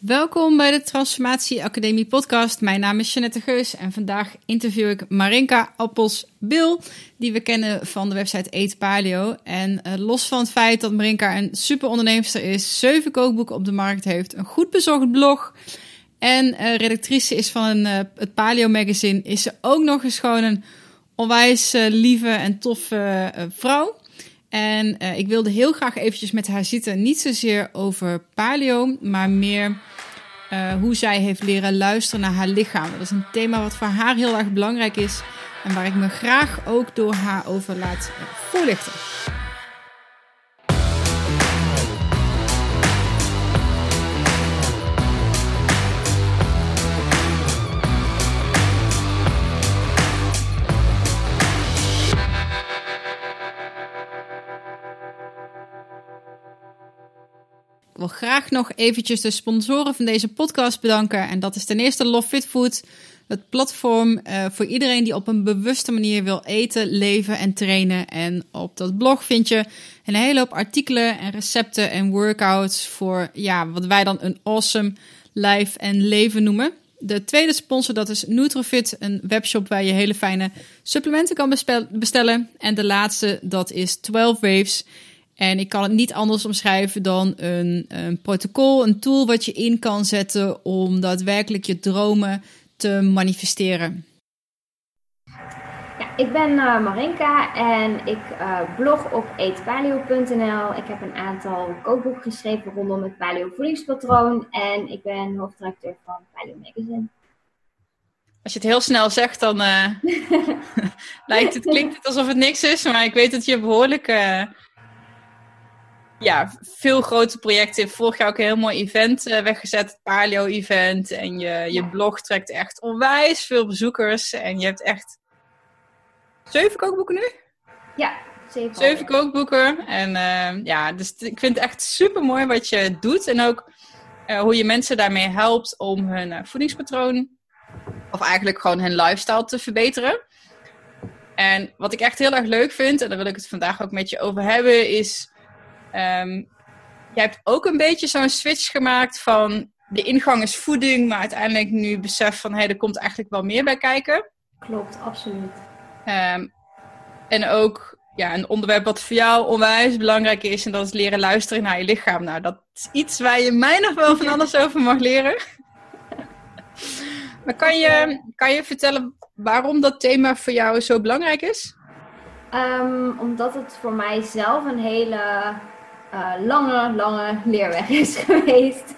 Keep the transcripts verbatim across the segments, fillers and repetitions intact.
Welkom bij de Transformatie Academie podcast. Mijn naam is Jeanette Geus en vandaag interview ik Marinka Appels-Bil, die we kennen van de website Eet Paleo. En uh, los van het feit dat Marinka een super onderneemster is, zeven kookboeken op de markt heeft, een goed bezocht blog en uh, redactrice is van een, uh, het Paleo magazine, is ze ook nog eens gewoon een onwijs uh, lieve en toffe uh, vrouw. En uh, ik wilde heel graag eventjes met haar zitten, niet zozeer over paleo, maar meer uh, hoe zij heeft leren luisteren naar haar lichaam. Dat is een thema wat voor haar heel erg belangrijk is en waar ik me graag ook door haar over laat uh, voorlichten. Ik wil graag nog eventjes de sponsoren van deze podcast bedanken. En dat is ten eerste Love Fit Food, het platform uh, voor iedereen die op een bewuste manier wil eten, leven en trainen. En op dat blog vind je een hele hoop artikelen en recepten en workouts voor ja, wat wij dan een awesome lijf en leven noemen. De tweede sponsor, dat is Nutrofit, een webshop waar je hele fijne supplementen kan bestellen. En de laatste, dat is twaalf Waves. En ik kan het niet anders omschrijven dan een, een protocol, een tool wat je in kan zetten om daadwerkelijk je dromen te manifesteren. Ja, ik ben uh, Marinka en ik uh, blog op eet paleo punt n l. Ik heb een aantal kookboeken geschreven rondom het paleo voedingspatroon en ik ben hoofdredacteur van Paleo Magazine. Als je het heel snel zegt, dan uh, lijkt het, klinkt het alsof het niks is, maar ik weet dat je behoorlijk... Uh, Ja, veel grote projecten. Vorig jaar ook een heel mooi event uh, weggezet, het Paleo-event. En je, je blog trekt echt onwijs veel bezoekers. En je hebt echt zeven kookboeken nu? Ja, zeven. Zeven kookboeken. En uh, ja, dus ik vind het echt super mooi wat je doet. En ook uh, hoe je mensen daarmee helpt om hun uh, voedingspatroon, of eigenlijk gewoon hun lifestyle te verbeteren. En wat ik echt heel erg leuk vind, en daar wil ik het vandaag ook met je over hebben, is... Um, jij hebt ook een beetje zo'n switch gemaakt van de ingang is voeding, maar uiteindelijk nu besef van hé, hey, er komt eigenlijk wel meer bij kijken. Klopt, absoluut. Um, en ook ja, een onderwerp wat voor jou onwijs belangrijk is en dat is leren luisteren naar je lichaam. Nou, dat is iets waar je mij nog wel van alles over mag leren. Maar kan je, kan je vertellen waarom dat thema voor jou zo belangrijk is? Um, omdat het voor mij zelf een hele... Uh, lange, lange leerweg is geweest.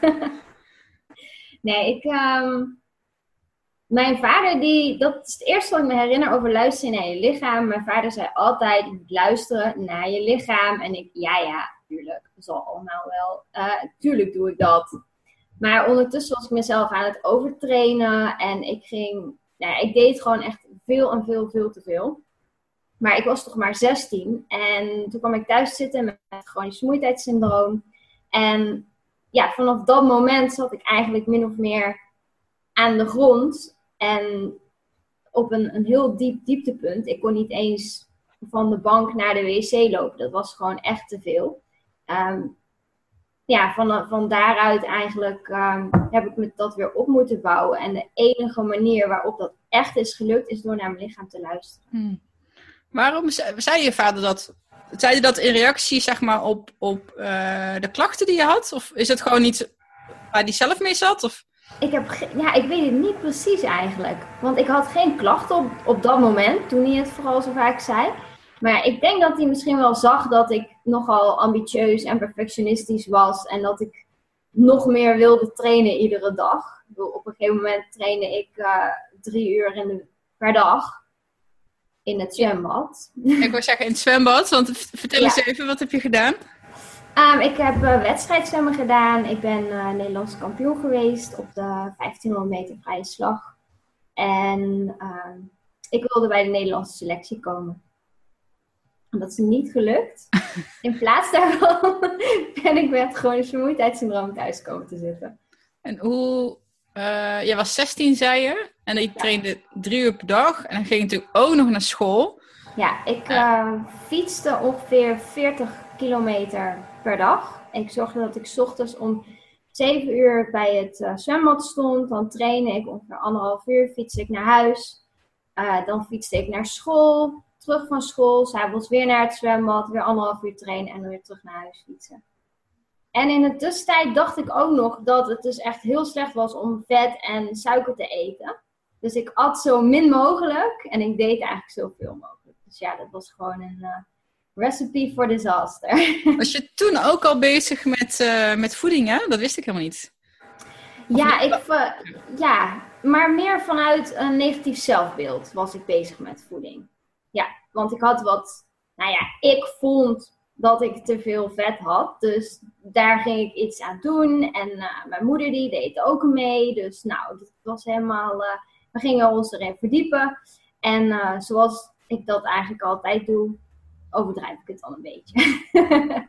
nee, ik... Um, mijn vader, die... Dat is het eerste wat ik me herinner over luisteren naar je lichaam. Mijn vader zei altijd, je moet luisteren naar je lichaam. En ik, ja, ja, tuurlijk. Dat zal allemaal wel. Uh, tuurlijk doe ik dat. Maar ondertussen was ik mezelf aan het overtrainen. En ik ging... Nou, ik deed gewoon echt veel en veel, veel te veel. Maar ik was toch maar zestien. En toen kwam ik thuis zitten met chronisch vermoeidheidssyndroom. En ja, vanaf dat moment zat ik eigenlijk min of meer aan de grond. En op een, een heel diep dieptepunt. Ik kon niet eens van de bank naar de wc lopen. Dat was gewoon echt te veel. Um, ja, van, van daaruit eigenlijk um, heb ik me dat weer op moeten bouwen. En de enige manier waarop dat echt is gelukt, is door naar mijn lichaam te luisteren. Hmm. Waarom zei je vader dat? Zei je dat in reactie zeg maar, op, op uh, de klachten die je had? Of is het gewoon iets waar hij zelf mee zat? Of? Ik, heb ge- ja, ik weet het niet precies eigenlijk. Want ik had geen klachten op, op dat moment, toen hij het vooral zo vaak zei. Maar ik denk dat hij misschien wel zag dat ik nogal ambitieus en perfectionistisch was. En dat ik nog meer wilde trainen iedere dag. Op een gegeven moment trainde ik uh, drie uur in de, per dag. In het zwembad. Ik wil zeggen in het zwembad, want vertel eens ja. even, wat heb je gedaan? Um, ik heb uh, wedstrijdzwemmen gedaan. Ik ben uh, Nederlands kampioen geweest op de vijftienhonderd meter vrije slag. En uh, ik wilde bij de Nederlandse selectie komen. En dat is niet gelukt. In plaats daarvan ben ik met chronisch vermoeidheidssyndroom thuis komen te zitten. En hoe... Uh, jij was zestien, zei je. En ik ja. trainde drie uur per dag. En dan ging ik natuurlijk ook nog naar school. Ja, ik uh, fietste ongeveer veertig kilometer per dag. En ik zorgde dat ik 's ochtends om zeven uur bij het uh, zwembad stond. Dan trainde ik ongeveer anderhalf uur, fietste ik naar huis. Uh, dan fietste ik naar school, terug van school, 's avonds weer naar het zwembad, weer anderhalf uur trainen en dan weer terug naar huis fietsen. En in de tussentijd dacht ik ook nog dat het dus echt heel slecht was om vet en suiker te eten. Dus ik at zo min mogelijk en ik deed eigenlijk zoveel mogelijk. Dus ja, dat was gewoon een uh, recipe for disaster. Was je toen ook al bezig met, uh, met voeding, hè? Dat wist ik helemaal niet. Ja, ik, uh, ja, maar meer vanuit een negatief zelfbeeld was ik bezig met voeding. Ja, want ik had wat, nou ja, ik vond dat ik te veel vet had. Dus daar ging ik iets aan doen. En uh, mijn moeder die deed ook mee. Dus nou, dat was helemaal, uh, we gingen ons erin verdiepen. En uh, zoals ik dat eigenlijk altijd doe, overdrijf ik het dan een beetje.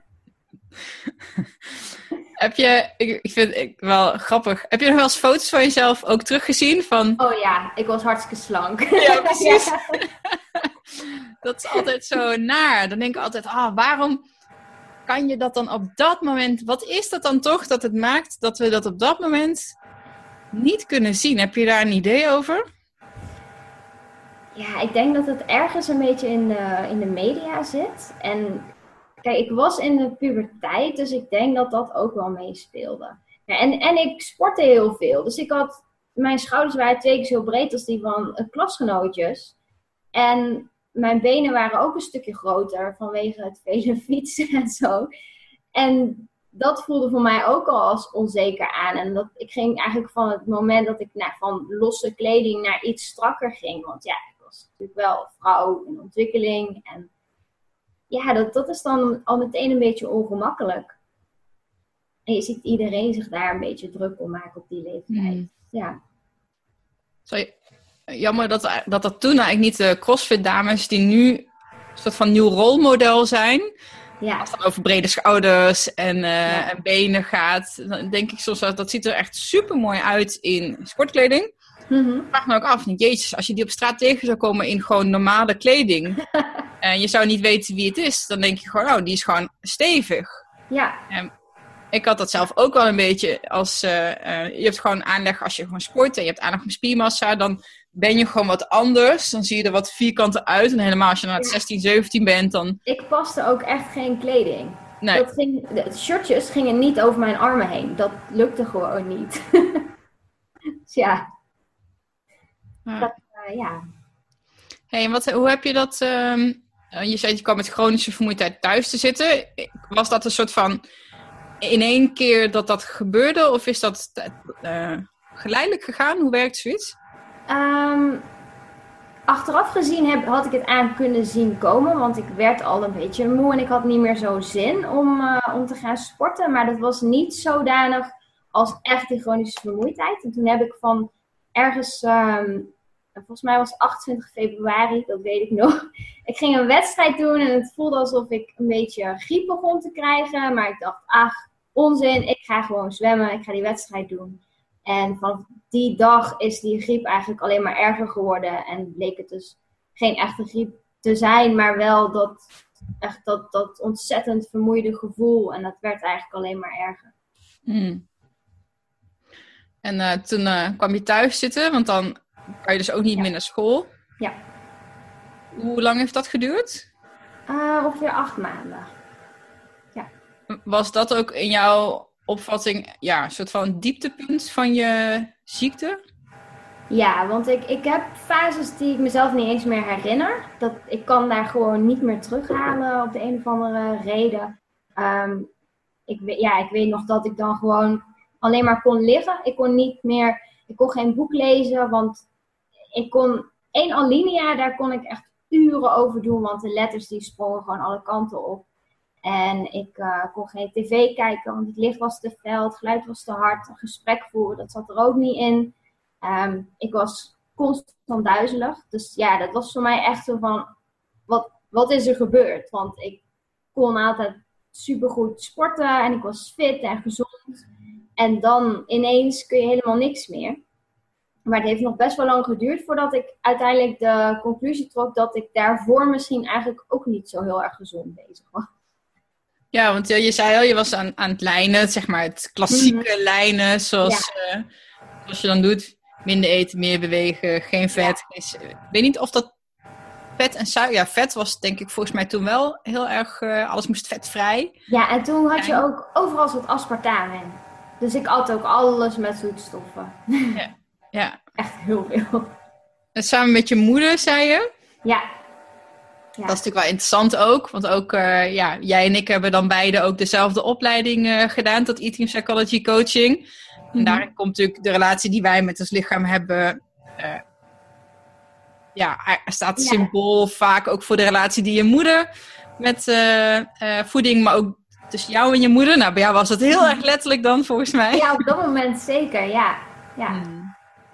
Heb je, ik, ik vind het wel grappig, heb je nog wel eens foto's van jezelf ook teruggezien? Van... Oh ja, ik was hartstikke slank. Ja, precies. Ja. Dat is altijd zo naar. Dan denk ik altijd, ah, waarom kan je dat dan op dat moment, wat is dat dan toch dat het maakt dat we dat op dat moment niet kunnen zien? Heb je daar een idee over? Ja, ik denk dat het ergens een beetje in de, in de media zit. En kijk, ik was in de puberteit, dus ik denk dat dat ook wel meespeelde. Ja, en, en ik sportte heel veel. Dus ik had, mijn schouders waren twee keer zo breed als die van uh, klasgenootjes. En mijn benen waren ook een stukje groter vanwege het vele fietsen en zo. En dat voelde voor mij ook al als onzeker aan. En dat, ik ging eigenlijk van het moment dat ik nou, van losse kleding naar iets strakker ging. Want ja, ik was natuurlijk wel vrouw in ontwikkeling. En ja, dat, dat is dan al meteen een beetje ongemakkelijk. En je ziet iedereen zich daar een beetje druk om maken op die leeftijd. Mm. Ja. Sorry. Jammer dat, dat dat toen eigenlijk niet de CrossFit-dames die nu een soort van nieuw rolmodel zijn. Ja. Als het dan over brede schouders en, uh, ja. en benen gaat, dan denk ik soms dat dat ziet er echt super mooi uit in sportkleding. Mm-hmm. Ik vraag me ook af, jezus, als je die op straat tegen zou komen in gewoon normale kleding en je zou niet weten wie het is, dan denk je gewoon, oh, die is gewoon stevig. Ja. En ik had dat zelf ook wel een beetje als, uh, uh, je hebt gewoon aanleg als je gewoon sport en je hebt aanleg met spiermassa, dan ben je gewoon wat anders. Dan zie je er wat vierkanter uit. En helemaal als je naar het zestien, zeventien bent, dan... Ik paste ook echt geen kleding. Nee. Dat ging, de shirtjes gingen niet over mijn armen heen. Dat lukte gewoon niet. Dus ja. Ja. Dat, uh, ja. Hey, en wat, hoe heb je dat... Um, je zei, je kwam met chronische vermoeidheid thuis te zitten. Was dat een soort van... in één keer dat dat gebeurde? Of is dat uh, geleidelijk gegaan? Hoe werkt zoiets? Um, achteraf gezien heb, had ik het aan kunnen zien komen, want ik werd al een beetje moe en ik had niet meer zo zin om, uh, om te gaan sporten. Maar dat was niet zodanig als echt die chronische vermoeidheid. En toen heb ik van ergens, um, volgens mij was het achtentwintig februari, dat weet ik nog. Ik ging een wedstrijd doen en het voelde alsof ik een beetje griep begon te krijgen. Maar ik dacht, ach, onzin, ik ga gewoon zwemmen, ik ga die wedstrijd doen. En van die dag is die griep eigenlijk alleen maar erger geworden. En bleek het dus geen echte griep te zijn, maar wel dat, echt dat, dat ontzettend vermoeide gevoel. En dat werd eigenlijk alleen maar erger. Hmm. En uh, toen uh, kwam je thuis zitten, want dan kan je dus ook niet ja. meer naar school. Ja. Hoe lang heeft dat geduurd? Uh, ongeveer acht maanden. Ja. Was dat ook in jouw opvatting, ja, een soort van dieptepunt van je ziekte? Ja, want ik, ik heb fases die ik mezelf niet eens meer herinner. Dat, ik kan daar gewoon niet meer terughalen op de een of andere reden. Um, ik, ja, ik weet nog dat ik dan gewoon alleen maar kon liggen. Ik kon niet meer, ik kon geen boek lezen, want ik kon één alinea, daar kon ik echt uren over doen, want de letters die sprongen gewoon alle kanten op. En ik uh, kon geen tv kijken, want het licht was te fel, het geluid was te hard. Een gesprek voeren, dat zat er ook niet in. Um, ik was constant duizelig. Dus ja, dat was voor mij echt zo van, wat, wat is er gebeurd? Want ik kon altijd supergoed sporten en ik was fit en gezond. En dan ineens kun je helemaal niks meer. Maar het heeft nog best wel lang geduurd voordat ik uiteindelijk de conclusie trok dat ik daarvoor misschien eigenlijk ook niet zo heel erg gezond bezig was. Ja, want je zei al, je was aan, aan het lijnen, zeg maar het klassieke mm-hmm. lijnen, zoals, ja. uh, zoals je dan doet. Minder eten, meer bewegen, geen vet. Ja. Geen, ik weet niet of dat vet en suiker... Ja, vet was denk ik volgens mij toen wel heel erg... Uh, alles moest vetvrij. Ja, en toen had je ook overal wat aspartaam in. Dus ik at ook alles met zoetstoffen. Ja. Ja. Echt heel veel. En samen met je moeder, zei je? Ja. Ja. Dat is natuurlijk wel interessant ook, want ook uh, ja, jij en ik hebben dan beide ook dezelfde opleiding uh, gedaan tot Eating Psychology Coaching. Mm-hmm. En daarin komt natuurlijk de relatie die wij met ons lichaam hebben, uh, ja, er staat ja. symbool vaak ook voor de relatie die je moeder met uh, uh, voeding, maar ook tussen jou en je moeder. Nou, bij jou was dat heel erg letterlijk dan, volgens mij. Ja, op dat moment zeker, ja. ja. Hmm.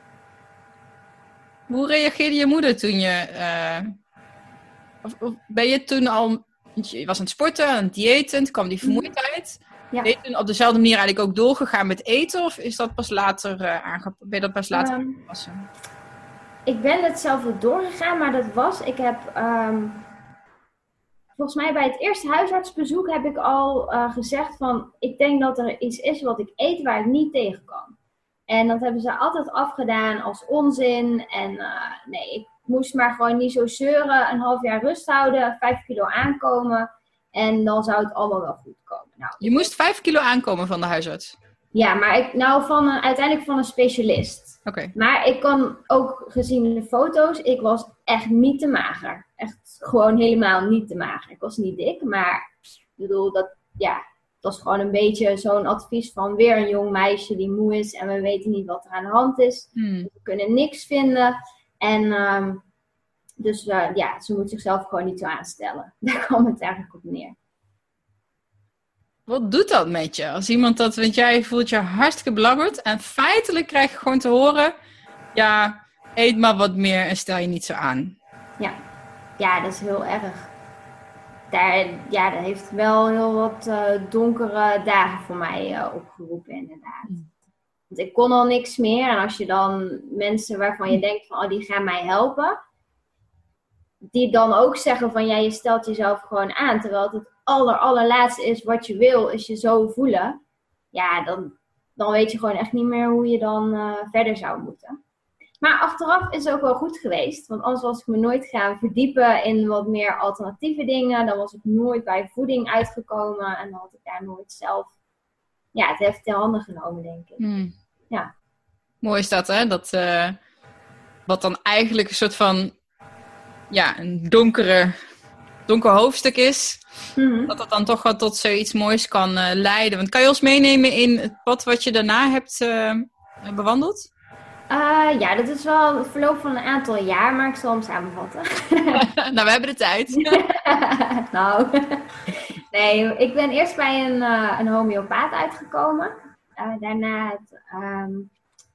Hoe reageerde je moeder toen je... Uh, Of, of ben je toen al... Je was aan het sporten, aan het diëten, toen kwam die vermoeidheid. Ja. Ben je toen op dezelfde manier eigenlijk ook doorgegaan met eten? Of is dat pas later uh, aangepast? Ben je dat pas later um, aangepast? Ik ben hetzelfde doorgegaan, maar dat was... Ik heb... Um, volgens mij bij het eerste huisartsbezoek heb ik al uh, gezegd van... Ik denk dat er iets is wat ik eet waar ik niet tegen kan. En dat hebben ze altijd afgedaan als onzin. En uh, nee, ik moest maar gewoon niet zo zeuren. Een half jaar rust houden, vijf kilo aankomen. En dan zou het allemaal wel goed komen. Nou, je moest vijf kilo aankomen van de huisarts? Ja, maar ik, nou van een, uiteindelijk van een specialist. Oké. Okay. Maar ik kan ook gezien de foto's, ik was echt niet te mager. Echt gewoon helemaal niet te mager. Ik was niet dik, maar ik bedoel, dat, ja, dat is gewoon een beetje zo'n advies van weer een jong meisje die moe is en we weten niet wat er aan de hand is. Hmm. We kunnen niks vinden. En um, dus uh, ja, ze moet zichzelf gewoon niet zo aanstellen. Daar kwam het eigenlijk op neer. Wat doet dat met je? Als iemand dat, want jij voelt je hartstikke belabberd en feitelijk krijg je gewoon te horen, ja, eet maar wat meer en stel je niet zo aan. Ja, ja, dat is heel erg. Daar, ja, dat heeft wel heel wat uh, donkere dagen voor mij uh, opgeroepen inderdaad. Mm. Want ik kon al niks meer. En als je dan mensen waarvan je denkt van, oh, die gaan mij helpen. Die dan ook zeggen van, ja, je stelt jezelf gewoon aan. Terwijl het het aller, allerlaatste is wat je wil, is je zo voelen. Ja, dan, dan weet je gewoon echt niet meer hoe je dan uh, verder zou moeten. Maar achteraf is het ook wel goed geweest. Want anders was ik me nooit gaan verdiepen in wat meer alternatieve dingen. Dan was ik nooit bij voeding uitgekomen. En dan had ik daar nooit zelf ja, het heft in handen genomen, denk ik. Hmm. Ja. Mooi is dat, hè? Dat, uh, wat dan eigenlijk een soort van ja, een donkere, donker hoofdstuk is. Mm-hmm. Dat dat dan toch wel tot zoiets moois kan uh, leiden. Want kan je ons meenemen in het pad wat je daarna hebt uh, bewandeld? Uh, ja, dat is wel het verloop van een aantal jaar, maar ik zal hem samenvatten. Nou, we hebben de tijd. Nou, nee, ik ben eerst bij een, uh, een homeopaat uitgekomen. Uh, daarna, het, um,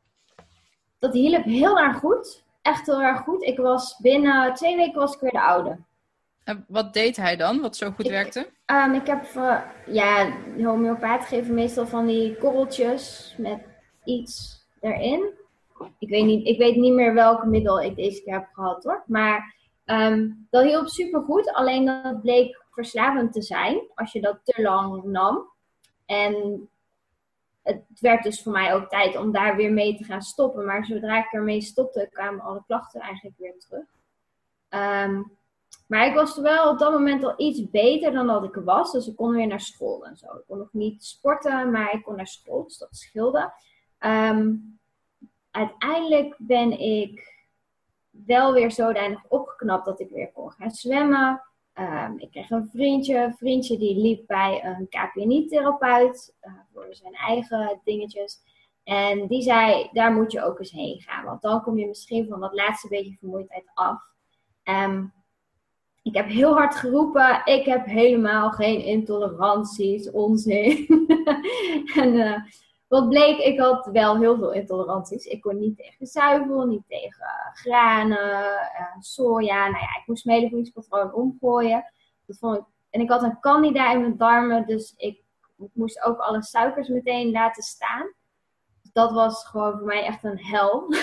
dat hielp heel erg goed. Echt heel erg goed. Ik was binnen twee weken was ik weer de oude. En wat deed hij dan, wat zo goed ik, werkte? Um, ik heb, uh, ja, de homeopaat geven meestal van die korreltjes met iets erin. Ik weet niet, ik weet niet meer welk middel ik deze keer heb gehad hoor. Maar um, dat hielp super goed. Alleen dat bleek verslavend te zijn. Als je dat te lang nam. En het werd dus voor mij ook tijd om daar weer mee te gaan stoppen. Maar zodra ik ermee stopte, kwamen alle klachten eigenlijk weer terug. Um, maar ik was wel op dat moment al iets beter dan dat ik er was. Dus ik kon weer naar school en zo. Ik kon nog niet sporten, maar ik kon naar school. Dus dat scheelde. Um, Uiteindelijk ben ik wel weer zodanig opgeknapt dat ik weer kon gaan zwemmen. Um, ik kreeg een vriendje, een vriendje die liep bij een K P N I-therapeut uh, voor zijn eigen dingetjes. En die zei, daar moet je ook eens heen gaan, want dan kom je misschien van dat laatste beetje vermoeidheid af. Um, ik heb heel hard geroepen, ik heb helemaal geen intoleranties, onzin. en... Uh, Wat bleek, ik had wel heel veel intoleranties. Ik kon niet tegen zuivel, niet tegen granen, uh, soja. Nou ja, ik moest mijn hele voedingspatroon omgooien. Dat vond ik... En ik had een candida in mijn darmen, dus ik, ik moest ook alle suikers meteen laten staan. Dus dat was gewoon voor mij echt een hel.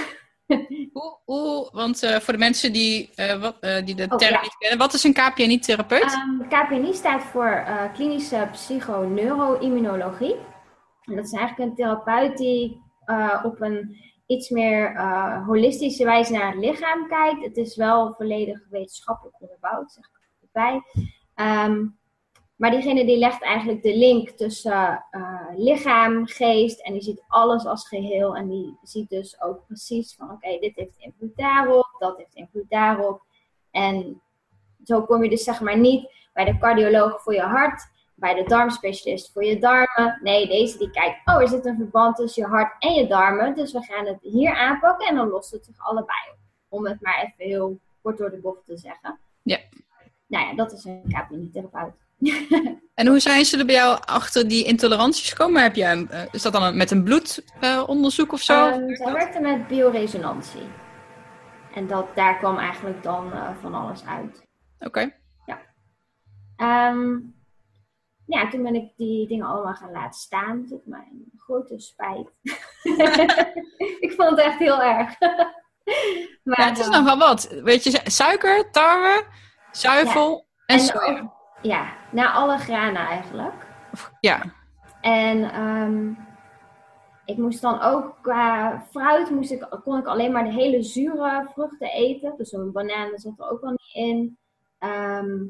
Hoe, hoe, want uh, voor de mensen die, uh, wat, uh, die de oh, term ja. niet kennen, wat is een K P N I-therapeut? Um, K P N I staat voor uh, klinische psychoneuroimmunologie. En dat is eigenlijk een therapeut die uh, op een iets meer uh, holistische wijze naar het lichaam kijkt. Het is wel volledig wetenschappelijk onderbouwd, zeg ik erbij. Um, maar diegene die legt eigenlijk de link tussen uh, lichaam, geest en die ziet alles als geheel. En die ziet dus ook precies van oké, okay, dit heeft invloed daarop, dat heeft invloed daarop. En zo kom je dus zeg maar niet bij de cardioloog voor je hart, bij de darmspecialist voor je darmen. Nee, deze die kijkt, oh er zit een verband tussen je hart en je darmen. Dus we gaan het hier aanpakken en dan lost het zich allebei op. Om het maar even heel kort door de bocht te zeggen. Ja. Nou ja, dat is een K P N I-therapeut. En hoe zijn ze er bij jou achter die intoleranties gekomen? Heb je, uh, is dat dan een, met een bloedonderzoek uh, of zo? Um, zij werkte met bioresonantie. En dat, daar kwam eigenlijk dan uh, van alles uit. Oké. Okay. Ja. Um, ja, toen ben ik die dingen allemaal gaan laten staan. Tot mijn grote spijt. Ik vond het echt heel erg. Maar, ja, het is uh, nog wel wat. Weet je, suiker, tarwe, zuivel ja. en, en soja. Ook, ja, naar alle granen eigenlijk. Ja. En um, ik moest dan ook qua fruit, moest ik, kon ik alleen maar de hele zure vruchten eten. Dus een banaan zat er ook al niet in. Um,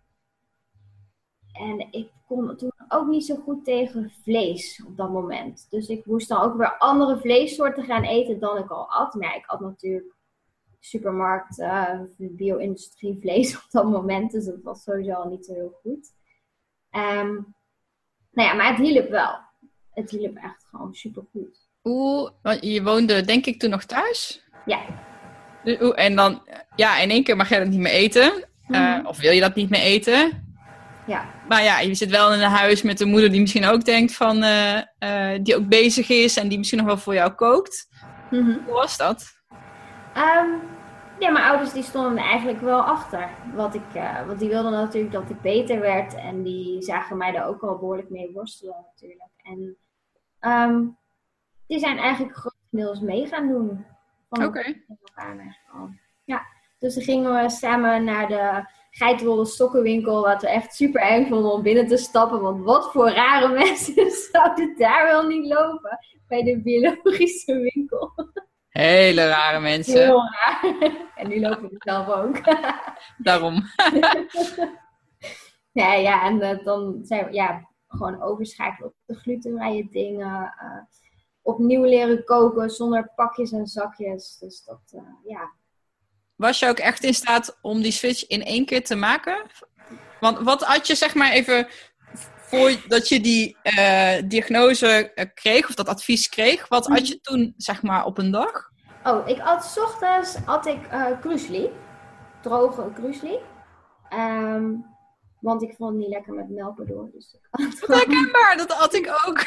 en ik kon toen ook niet zo goed tegen vlees op dat moment. Dus ik moest dan ook weer andere vleessoorten gaan eten dan ik al at. Maar ja, ik had natuurlijk supermarkt, uh, bio-industrie vlees op dat moment. Dus dat was sowieso al niet zo heel goed. Um, nou ja, maar het hielp wel. Het hielp echt gewoon supergoed. Hoe, je woonde denk ik toen nog thuis? Ja. En dan, ja, in één keer mag jij dat niet meer eten. Mm-hmm. Uh, of wil je dat niet meer eten? Ja. Maar ja, je zit wel in een huis met een moeder die misschien ook denkt van, uh, uh, die ook bezig is en die misschien nog wel voor jou kookt. Mm-hmm. Hoe was dat? Um, ja, mijn ouders die stonden er eigenlijk wel achter. Wat ik, uh, want die wilden natuurlijk dat ik beter werd en die zagen mij daar ook al behoorlijk mee worstelen natuurlijk. En um, die zijn eigenlijk grotendeels mee gaan doen. Oké. Okay. Ja, dus dan gingen we samen naar de geitenwolle stokkenwinkel, wat we echt super eng vonden om binnen te stappen. Want wat voor rare mensen zouden daar wel niet lopen bij de biologische winkel. Hele rare mensen. Heel raar. En die lopen er zelf ook. Daarom. ja, ja, en uh, dan zijn we ja, gewoon overschakelen op de glutenvrije dingen. Uh, opnieuw leren koken zonder pakjes en zakjes. Dus dat, uh, ja. Was je ook echt in staat om die switch in één keer te maken? Want wat had je zeg maar even voordat je die uh, diagnose uh, kreeg of dat advies kreeg, wat had je toen zeg maar op een dag? Oh, ik at 's ochtends had ik uh, krusli, droge krusli. Um, want ik vond het niet lekker met melk erdoor. Dus lekker maar, dat had ik ook.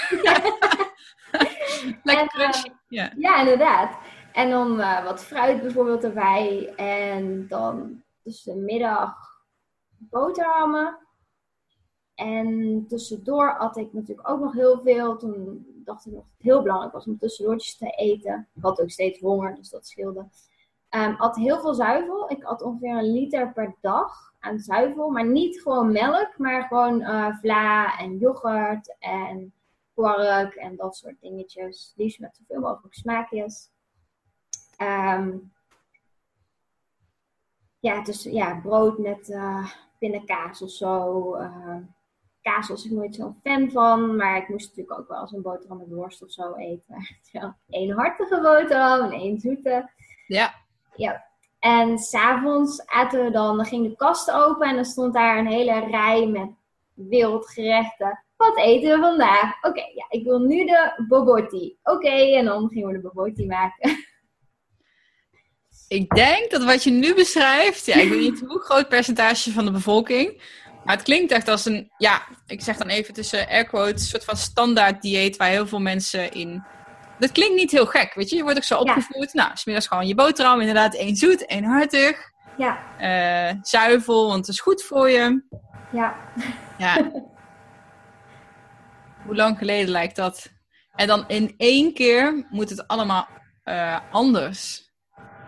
Lekker krusli. Uh, ja. ja, inderdaad. En dan uh, wat fruit bijvoorbeeld erbij. En dan tussen de middag boterhammen. En tussendoor at ik natuurlijk ook nog heel veel. Toen dacht ik nog dat het heel belangrijk was om tussendoortjes te eten. Ik had ook steeds honger, dus dat scheelde. Um, at heel veel zuivel. Ik at ongeveer een liter per dag aan zuivel. Maar niet gewoon melk, maar gewoon uh, vla en yoghurt en kwark en dat soort dingetjes. Liefst met zoveel mogelijk smaakjes. Um, ja, dus ja, brood met uh, pindakaas of zo. Uh, kaas was ik nooit zo'n fan van, maar ik moest natuurlijk ook wel eens een boterham met worst of zo eten. Ja, één hartige boterham en één zoete. Ja. Ja. En s'avonds aten we dan, dan ging de kast open en dan stond daar een hele rij met wildgerechten. Wat eten we vandaag? Oké, okay, ja, ik wil nu de bobotie. Oké, okay, en dan gingen we de bobotie maken. Ik denk dat wat je nu beschrijft, ja, ik weet niet hoe groot percentage van de bevolking, maar het klinkt echt als een, ja, ik zeg dan even tussen air quotes, een soort van standaard dieet waar heel veel mensen in. Dat klinkt niet heel gek, weet je, je wordt ook zo opgevoed. Ja. Nou, 's middags gewoon je boterham, inderdaad, één zoet, één hartig. Ja. Uh, zuivel, want het is goed voor je. Ja. Ja. Hoe lang geleden lijkt dat? En dan in één keer moet het allemaal uh, anders.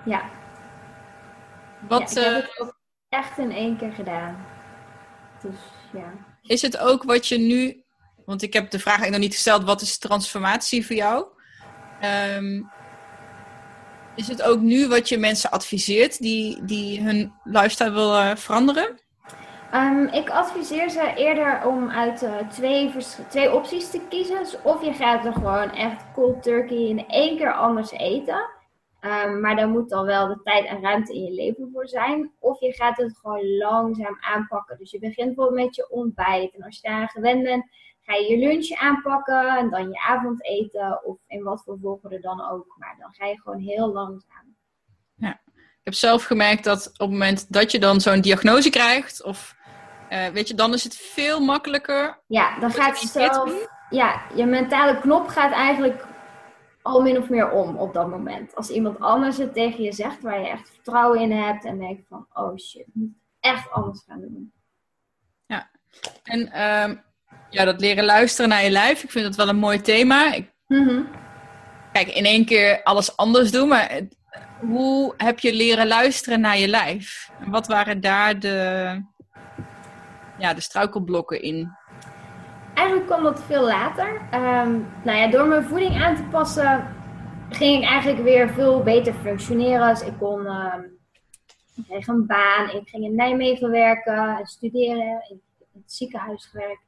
Ja. Wat, ja, ik heb uh, het ook echt in één keer gedaan. Dus ja. Is het ook wat je nu... Want ik heb de vraag eigenlijk nog niet gesteld. Wat is transformatie voor jou? Um, is het ook nu wat je mensen adviseert die, die hun lifestyle willen veranderen? Um, ik adviseer ze eerder om uit uh, twee, vers- twee opties te kiezen. Dus of je gaat er gewoon echt cold turkey in één keer anders eten. Um, maar daar moet dan wel de tijd en ruimte in je leven voor zijn. Of je gaat het gewoon langzaam aanpakken. Dus je begint bijvoorbeeld met je ontbijt. En als je daar gewend bent, ga je je lunch aanpakken. En dan je avondeten. Of in wat voor volgorde dan ook. Maar dan ga je gewoon heel langzaam. Ja. Ik heb zelf gemerkt dat op het moment dat je dan zo'n diagnose krijgt... of uh, weet je, dan is het veel makkelijker. Ja, dan gaat het zelf... Ja, je mentale knop gaat eigenlijk... al min of meer om op dat moment. Als iemand anders het tegen je zegt waar je echt vertrouwen in hebt en denkt van, oh shit, ik moet echt anders gaan doen. Ja, en um, ja, dat leren luisteren naar je lijf, ik vind dat wel een mooi thema. Ik, mm-hmm. Kijk, in één keer alles anders doen, maar het, hoe heb je leren luisteren naar je lijf? En wat waren daar de, ja, de struikelblokken in? Eigenlijk kwam dat veel later. Um, nou ja, door mijn voeding aan te passen ging ik eigenlijk weer veel beter functioneren. Dus ik kon, um, ik kreeg een baan, ik ging in Nijmegen werken en studeren, in, in het ziekenhuis gewerkt.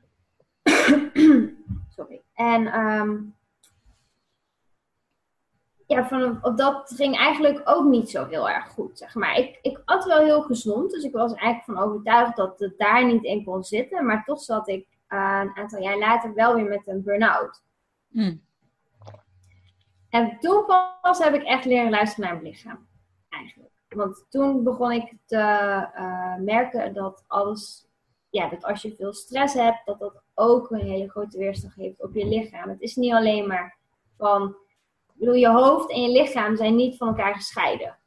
Sorry. En um, ja, van, dat ging eigenlijk ook niet zo heel erg goed, zeg maar. Ik, ik at wel heel gezond, dus ik was eigenlijk van overtuigd dat het daar niet in kon zitten. Maar toch zat ik Uh, een aantal jaar later wel weer met een burn-out. Mm. En toen pas heb ik echt leren luisteren naar mijn lichaam. Eigenlijk. Want toen begon ik te uh, merken dat alles... Ja, dat als je veel stress hebt, dat dat ook een hele grote weerslag heeft op je lichaam. Het is niet alleen maar van... Ik bedoel, je hoofd en je lichaam zijn niet van elkaar gescheiden.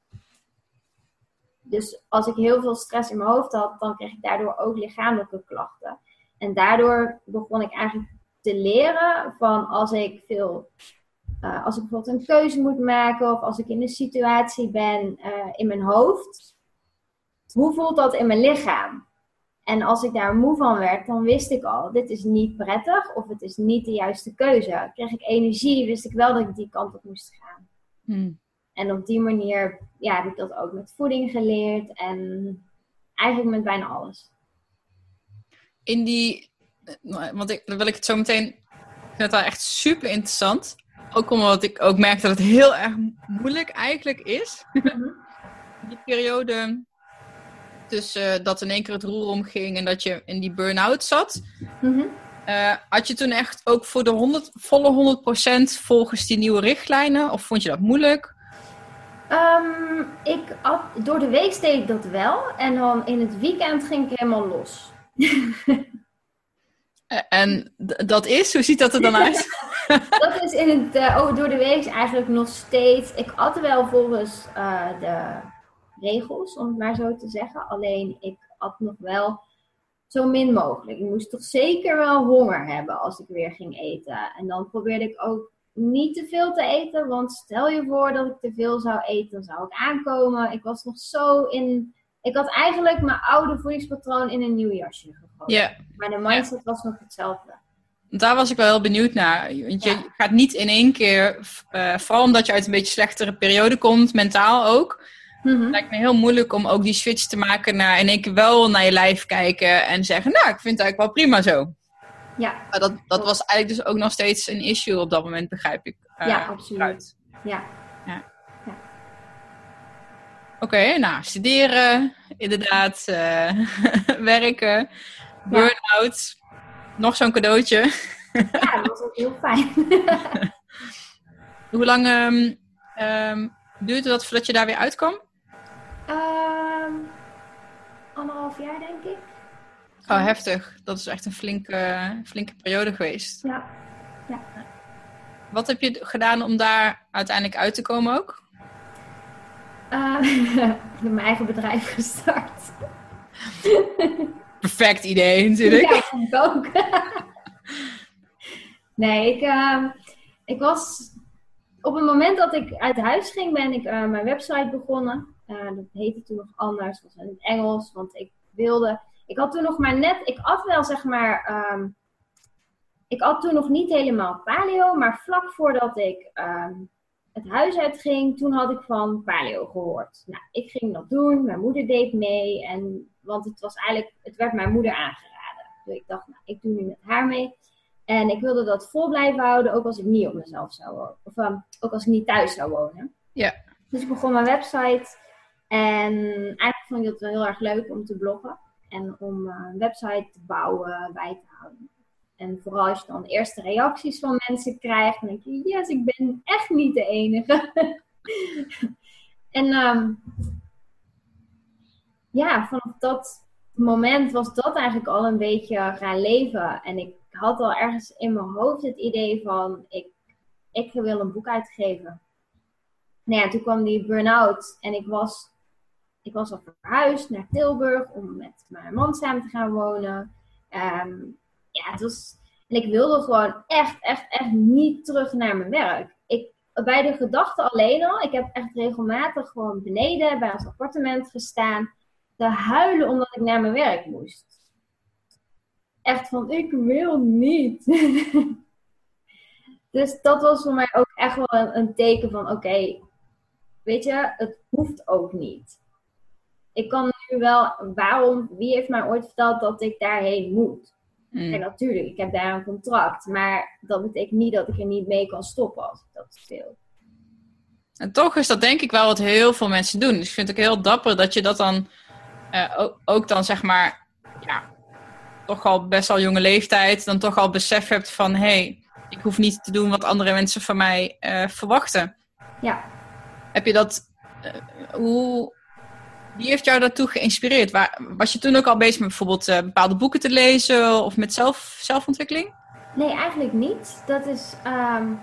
Dus als ik heel veel stress in mijn hoofd had, dan kreeg ik daardoor ook lichamelijke klachten. En daardoor begon ik eigenlijk te leren van als ik veel, uh, als ik bijvoorbeeld een keuze moet maken of als ik in een situatie ben uh, in mijn hoofd, hoe voelt dat in mijn lichaam? En als ik daar moe van werd, dan wist ik al, dit is niet prettig of het is niet de juiste keuze. Kreeg ik energie, wist ik wel dat ik die kant op moest gaan. Hmm. En op die manier ja, heb ik dat ook met voeding geleerd en eigenlijk met bijna alles. In die, want ik, dan wil ik het zo meteen, ik vind het wel echt super interessant. Ook omdat ik ook merk dat het heel erg moeilijk eigenlijk is. Mm-hmm. Die periode tussen uh, dat in één keer het roer omging en dat je in die burn-out zat. Mm-hmm. Uh, had je toen echt ook voor de honderd, volle honderd procent volgens die nieuwe richtlijnen? Of vond je dat moeilijk? Um, ik had, door de week deed ik dat wel. En dan in het weekend ging ik helemaal los. En d- dat is? Hoe ziet dat er dan uit? Dat is in het, uh, oh, door de week eigenlijk nog steeds. Ik at wel volgens uh, de regels, om het maar zo te zeggen. Alleen ik at nog wel zo min mogelijk. Ik moest toch zeker wel honger hebben als ik weer ging eten. En dan probeerde ik ook niet te veel te eten. Want stel je voor dat ik te veel zou eten, dan zou ik aankomen. Ik was nog zo in... Ik had eigenlijk mijn oude voedingspatroon in een nieuw jasje gegooid. Yeah. Maar de mindset was nog hetzelfde. Daar was ik wel heel benieuwd naar. Want je ja. gaat niet in één keer, uh, vooral omdat je uit een beetje slechtere periode komt, mentaal ook. Mm-hmm. Het lijkt me heel moeilijk om ook die switch te maken naar in één keer wel naar je lijf kijken en zeggen, nou, ik vind het eigenlijk wel prima zo. Ja. Maar dat, dat was eigenlijk dus ook nog steeds een issue op dat moment, begrijp ik. Uh, ja, absoluut. Uit. Ja. ja. ja. Oké, okay, nou, studeren, inderdaad, uh, werken, burn-out, ja. Nog zo'n cadeautje. Ja, dat was ook heel fijn. Hoe lang um, um, duurde dat voordat je daar weer uitkwam? Um, anderhalf jaar, denk ik. Oh, heftig. Dat is echt een flinke, flinke periode geweest. Ja. ja. Wat heb je gedaan om daar uiteindelijk uit te komen ook? Uh, ik heb mijn eigen bedrijf gestart. Perfect idee, natuurlijk. Ja, vond ik ook. Nee, ik, uh, ik was op het moment dat ik uit huis ging, ben ik uh, mijn website begonnen. Uh, dat heette toen nog anders, was in het Engels, want ik wilde... Ik had toen nog maar net... Ik had wel, zeg maar... Um, ik had toen nog niet helemaal paleo, maar vlak voordat ik um, het huis uitging, toen had ik van paleo gehoord. Nou, ik ging dat doen, mijn moeder deed mee, en, want het was eigenlijk... Het werd mijn moeder aangeraden. Dus ik dacht, nou, ik doe nu met haar mee. En ik wilde dat vol blijven houden, ook als ik niet op mezelf zou wonen. Of um, ook als ik niet thuis zou wonen. Ja. Dus ik begon mijn website. En eigenlijk vond ik het wel heel erg leuk om te bloggen. En om uh, een website te bouwen, bij te houden. En vooral als je dan eerste reacties van mensen krijgt, dan denk je, yes, ik ben echt niet de enige. en um, ja, vanaf dat moment was dat eigenlijk al een beetje gaan leven. En ik had al ergens in mijn hoofd het idee van, ik, ik wil een boek uitgeven. Nou ja, toen kwam die burn-out en ik was, ik was al verhuisd naar Tilburg om met mijn man samen te gaan wonen. Um, ja, het was, en ik wilde gewoon echt, echt, echt niet terug naar mijn werk. Ik, bij de gedachte alleen al, ik heb echt regelmatig gewoon beneden bij ons appartement gestaan te huilen omdat ik naar mijn werk moest. Echt van, ik wil niet. Dus dat was voor mij ook echt wel een, een teken van, oké, okay, weet je, het hoeft ook niet. Ik kan nu wel, waarom, wie heeft mij ooit verteld dat ik daarheen moet? Mm. En natuurlijk, ik heb daar een contract, maar dat betekent niet dat ik er niet mee kan stoppen als ik dat wil. En toch is dat denk ik wel wat heel veel mensen doen. Dus ik vind het ook heel dapper dat je dat dan uh, ook, ook dan zeg maar, ja, toch al best wel jonge leeftijd, dan toch al besef hebt van, hé, hey, ik hoef niet te doen wat andere mensen van mij uh, verwachten. Ja. Heb je dat, uh, hoe, wie heeft jou daartoe geïnspireerd? Waar, was je toen ook al bezig met bijvoorbeeld uh, bepaalde boeken te lezen of met zelf, zelfontwikkeling? Nee, eigenlijk niet. Dat is, um,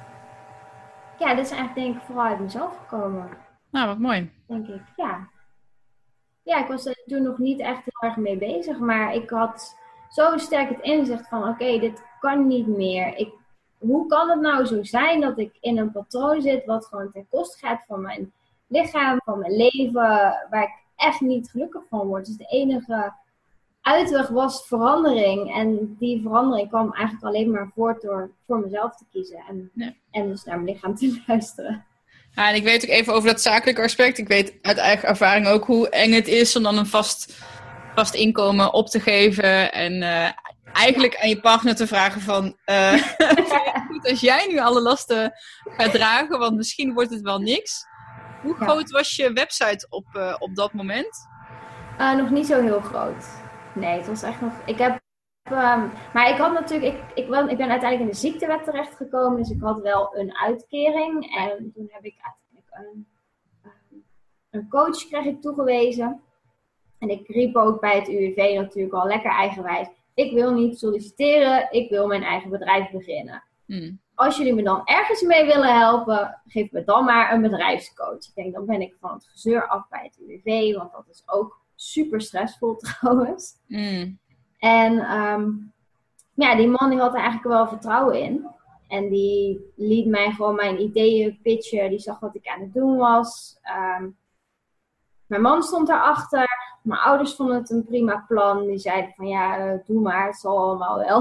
ja, dat is eigenlijk denk ik vooral uit mezelf gekomen. Nou, wat mooi. Denk ik, ja. Ja, ik was er toen nog niet echt heel erg mee bezig, maar ik had zo sterk het inzicht van, oké, okay, dit kan niet meer. Ik, hoe kan het nou zo zijn dat ik in een patroon zit wat gewoon ten koste gaat van mijn lichaam, van mijn leven, waar ik echt niet gelukkig van word. Dus de enige uitweg was verandering. En die verandering kwam eigenlijk alleen maar voort door voor mezelf te kiezen. En, ja. en dus naar mijn lichaam te luisteren. Ja, en ik weet ook even over dat zakelijke aspect. Ik weet uit eigen ervaring ook hoe eng het is om dan een vast, vast inkomen op te geven. En uh, eigenlijk ja. aan je partner te vragen van, uh, vind je het goed als jij nu alle lasten gaat dragen? Want misschien wordt het wel niks. Hoe ja. groot was je website op, uh, op dat moment? Uh, nog niet zo heel groot. Nee, het was echt nog... Ik heb... Um, maar ik had natuurlijk... Ik, ik, wel, ik ben uiteindelijk in de ziektewet terechtgekomen. Dus ik had wel een uitkering. En toen heb ik uiteindelijk een, um, een coach kreeg ik toegewezen. En ik riep ook bij het U W V natuurlijk al lekker eigenwijs. Ik wil niet solliciteren. Ik wil mijn eigen bedrijf beginnen. Hmm. Als jullie me dan ergens mee willen helpen, geef me dan maar een bedrijfscoach. Ik denk, dan ben ik van het gezeur af bij het U W V, want dat is ook super stressvol trouwens. Mm. En um, ja, die man die had er eigenlijk wel vertrouwen in. En die liet mij gewoon mijn ideeën pitchen. Die zag wat ik aan het doen was. Um, mijn man stond daarachter. Mijn ouders vonden het een prima plan. Die zeiden van ja, uh, doe maar, het zal allemaal wel.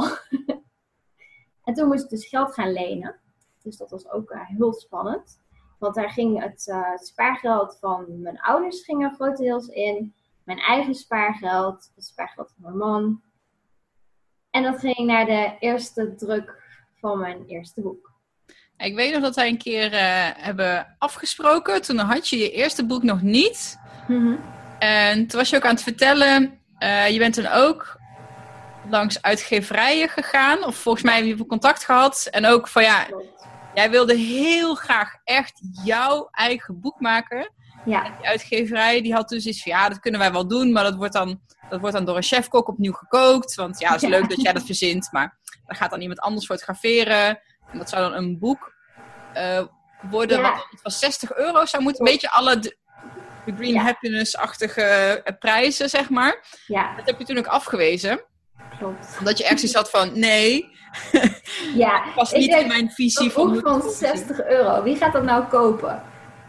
En toen moest ik dus geld gaan lenen. Dus dat was ook uh, heel spannend. Want daar ging het, uh, het spaargeld van mijn ouders ging er grotendeels in. Mijn eigen spaargeld. Het spaargeld van mijn man. En dat ging naar de eerste druk van mijn eerste boek. Ik weet nog dat wij een keer uh, hebben afgesproken. Toen had je je eerste boek nog niet. Mm-hmm. En toen was je ook aan het vertellen. Uh, je bent toen ook langs uitgeverijen gegaan. Of volgens mij heb je contact gehad. En ook van ja, jij wilde heel graag echt jouw eigen boek maken. Ja. En die uitgeverij die had dus iets van ja, dat kunnen wij wel doen. Maar dat wordt dan, dat wordt dan door een chefkok opnieuw gekookt. Want ja, het is ja. leuk dat jij dat verzint. Maar dan gaat dan iemand anders fotograferen. En dat zou dan een boek uh, worden. Ja. Wat het was zestig euro zou moeten. Een beetje alle de, de Green ja. Happiness-achtige uh, prijzen, zeg maar. Ja. Dat heb je toen ook afgewezen. klopt. Omdat je echt zoiets had van, nee, Ja, dat past ik niet denk, in mijn visie een van... boek van zestig euro, wie gaat dat nou kopen?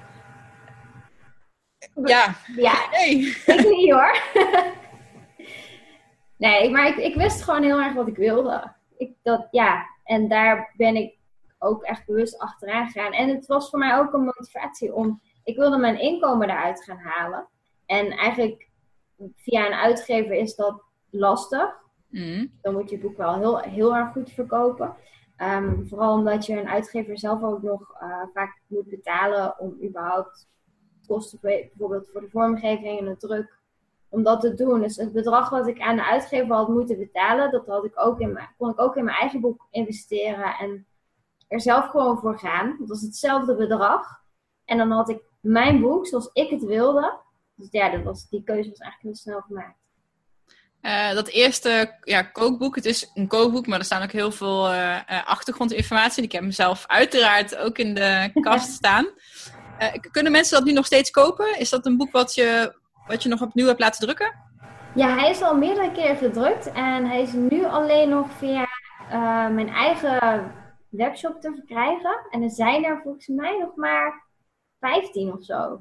Ja, Ja, nee. ik niet hoor. Nee, maar ik, ik wist gewoon heel erg wat ik wilde. Ik, dat, ja, en daar ben ik ook echt bewust achteraan gegaan. En het was voor mij ook een motivatie om... Ik wilde mijn inkomen eruit gaan halen. En eigenlijk via een uitgever is dat lastig. Mm. Dan moet je het boek wel heel, heel erg goed verkopen. Um, vooral omdat je een uitgever zelf ook nog uh, vaak moet betalen om überhaupt kosten, bijvoorbeeld voor de vormgeving en de druk, om dat te doen. Dus het bedrag wat ik aan de uitgever had moeten betalen, dat had ik ook in mijn, kon ik ook in mijn eigen boek investeren en er zelf gewoon voor gaan. Dat was hetzelfde bedrag. En dan had ik mijn boek zoals ik het wilde. Dus ja, dat was, die keuze was eigenlijk heel snel gemaakt. Uh, dat eerste ja, kookboek, het is een kookboek, maar er staan ook heel veel uh, uh, achtergrondinformatie. Ik heb hem zelf uiteraard ook in de kast staan. Uh, kunnen mensen dat nu nog steeds kopen? Is dat een boek wat je, wat je nog opnieuw hebt laten drukken? Ja, hij is al meerdere keren gedrukt en hij is nu alleen nog via uh, mijn eigen webshop te verkrijgen. En er zijn er volgens mij nog maar vijftien of zo.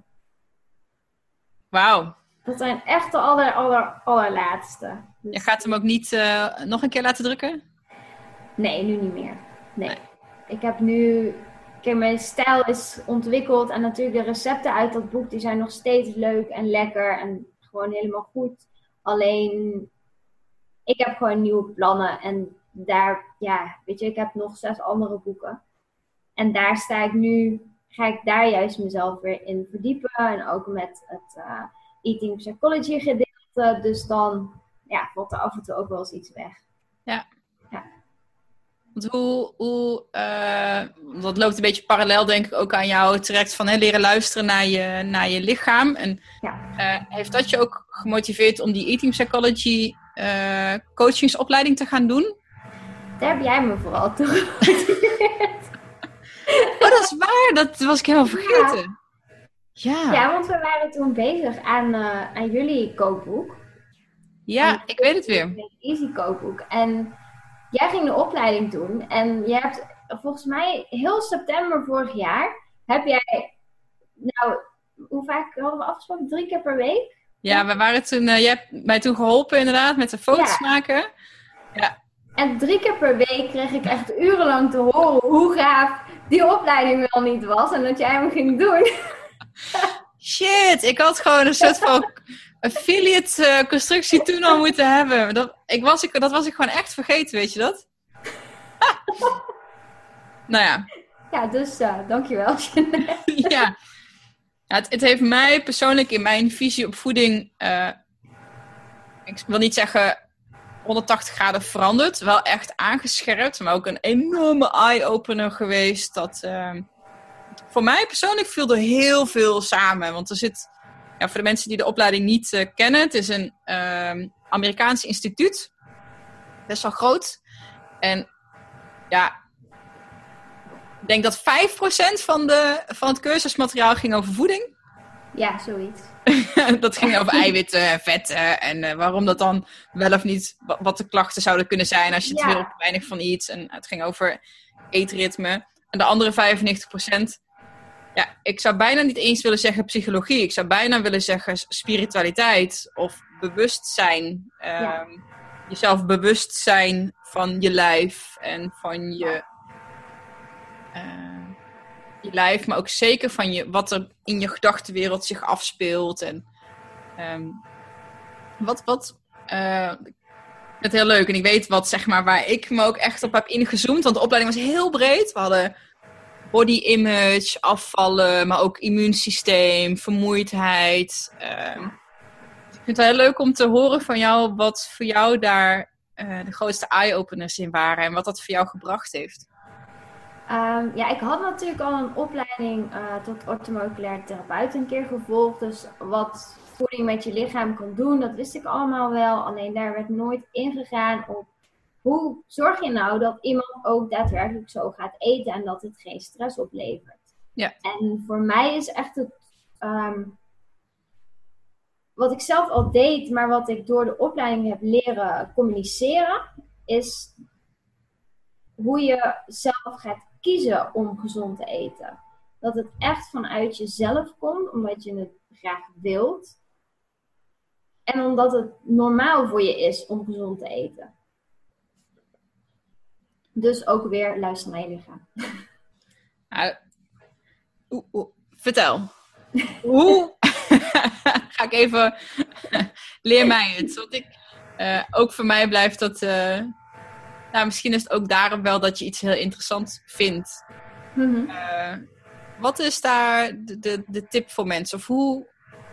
Wauw. Dat zijn echt de aller, aller, allerlaatste. Dus... Je gaat hem ook niet uh, nog een keer laten drukken? Nee, nu niet meer. Nee. nee. Ik heb nu... Kijk, mijn stijl is ontwikkeld en natuurlijk de recepten uit dat boek, die zijn nog steeds leuk en lekker en gewoon helemaal goed. Alleen, ik heb gewoon nieuwe plannen en daar, ja, weet je, ik heb nog zes andere boeken. En daar sta ik nu, ga ik daar juist mezelf weer in verdiepen en ook met het uh, eating psychology gedeelte. Dus dan, ja, valt er af en toe ook wel eens iets weg. Ja. Ja. Want hoe, hoe uh, dat loopt een beetje parallel denk ik ook aan jou traject van hè, leren luisteren naar je, naar je lichaam. En ja. uh, heeft dat je ook gemotiveerd om die eating psychology uh, coachingsopleiding te gaan doen? Daar heb jij me vooral toe gemotiveerd. Oh, dat is waar. Dat was ik helemaal vergeten. Ja, ja. ja want we waren toen bezig aan, uh, aan jullie kookboek. Ja, en ik weet het weer. Het Easy kookboek. En jij ging de opleiding doen. En je hebt volgens mij heel september vorig jaar, heb jij, nou, hoe vaak hadden we afgesproken? Drie keer per week? Ja, we waren toen, uh, jij hebt mij toen geholpen inderdaad met de foto's ja. maken. Ja. En drie keer per week kreeg ik echt urenlang te horen hoe gaaf die opleiding wel niet was. En dat jij hem ging doen. Shit, ik had gewoon een soort van affiliate uh, constructie toen al moeten hebben. Dat, ik was, ik, dat was ik gewoon echt vergeten, weet je dat? Nou ja. Ja, dus uh, dankjewel. Ja. Ja, het, het heeft mij persoonlijk in mijn visie op voeding, uh, ik wil niet zeggen honderdtachtig graden veranderd. Wel echt aangescherpt, maar ook een enorme eye-opener geweest. Dat uh, voor mij persoonlijk viel er heel veel samen. Want er zit, ja, voor de mensen die de opleiding niet uh, kennen, het is een uh, Amerikaans instituut. Best wel groot. En ja, ik denk dat vijf procent van, de, van het cursusmateriaal ging over voeding. Ja, zoiets. Dat ging over eiwitten, vetten en uh, waarom dat dan wel of niet, wat de klachten zouden kunnen zijn als je ja. te veel weinig van eet. En het ging over eetritme. En de andere vijfennegentig procent, ja, ik zou bijna niet eens willen zeggen psychologie. Ik zou bijna willen zeggen spiritualiteit of bewustzijn. Um, ja. Jezelf bewust zijn van je lijf en van je... Uh, je lijf, maar ook zeker van je, wat er in je gedachtenwereld zich afspeelt. En um, wat, wat, uh, het heel leuk. En ik weet wat, zeg maar, waar ik me ook echt op heb ingezoomd. Want de opleiding was heel breed. We hadden body image, afvallen, maar ook immuunsysteem, vermoeidheid. Um, ik vind het heel leuk om te horen van jou wat voor jou daar uh, de grootste eye-openers in waren. En wat dat voor jou gebracht heeft. Um, ja, ik had natuurlijk al een opleiding uh, tot orthomoleculair therapeut een keer gevolgd. Dus wat voeding met je lichaam kan doen, dat wist ik allemaal wel. Alleen daar werd nooit ingegaan op hoe zorg je nou dat iemand ook daadwerkelijk zo gaat eten en dat het geen stress oplevert. Ja. En voor mij is echt het, um, wat ik zelf al deed, maar wat ik door de opleiding heb leren communiceren, is hoe je zelf gaat kiezen om gezond te eten. Dat het echt vanuit jezelf komt, omdat je het graag wilt. En omdat het normaal voor je is om gezond te eten. Dus ook weer luister naar je lichaam. Uh, oe, oe, vertel. Hoe? Ga ik even... Leer mij het. Want ik, uh, ook voor mij blijft dat... Uh, nou, misschien is het ook daarom wel dat je iets heel interessants vindt. Mm-hmm. Uh, wat is daar de, de, de tip voor mensen? Of hoe...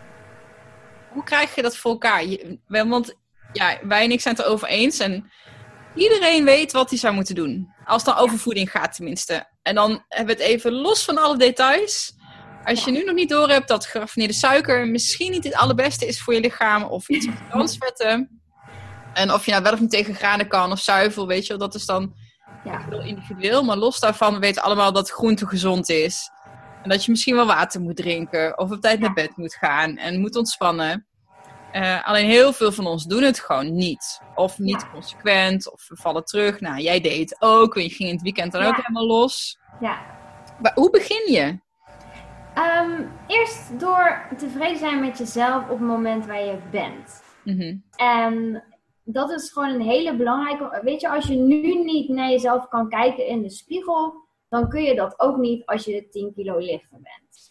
Hoe krijg je dat voor elkaar? Je, want ja, wij en ik zijn het erover eens. En iedereen weet wat hij zou moeten doen. Als het dan over voeding gaat tenminste. En dan hebben we het even los van alle details. Als je nu nog niet door hebt dat geraffineerde suiker misschien niet het allerbeste is voor je lichaam. Of iets met transvetten. En of je nou wel of niet tegen granen kan of zuivel, weet je wel. Dat is dan ja. heel individueel. Maar los daarvan, we weten allemaal dat groente gezond is. En dat je misschien wel water moet drinken. Of op tijd naar bed moet gaan. En moet ontspannen. Uh, alleen heel veel van ons doen het gewoon niet. Of niet ja. consequent. Of we vallen terug. Nou, jij deed het ook. Je ging in het weekend dan ja. ook helemaal los. Ja. Maar hoe begin je? Um, eerst door tevreden zijn met jezelf op het moment waar je bent. Mm-hmm. En dat is gewoon een hele belangrijke... Weet je, als je nu niet naar jezelf kan kijken in de spiegel... dan kun je dat ook niet als je tien kilo lichter bent.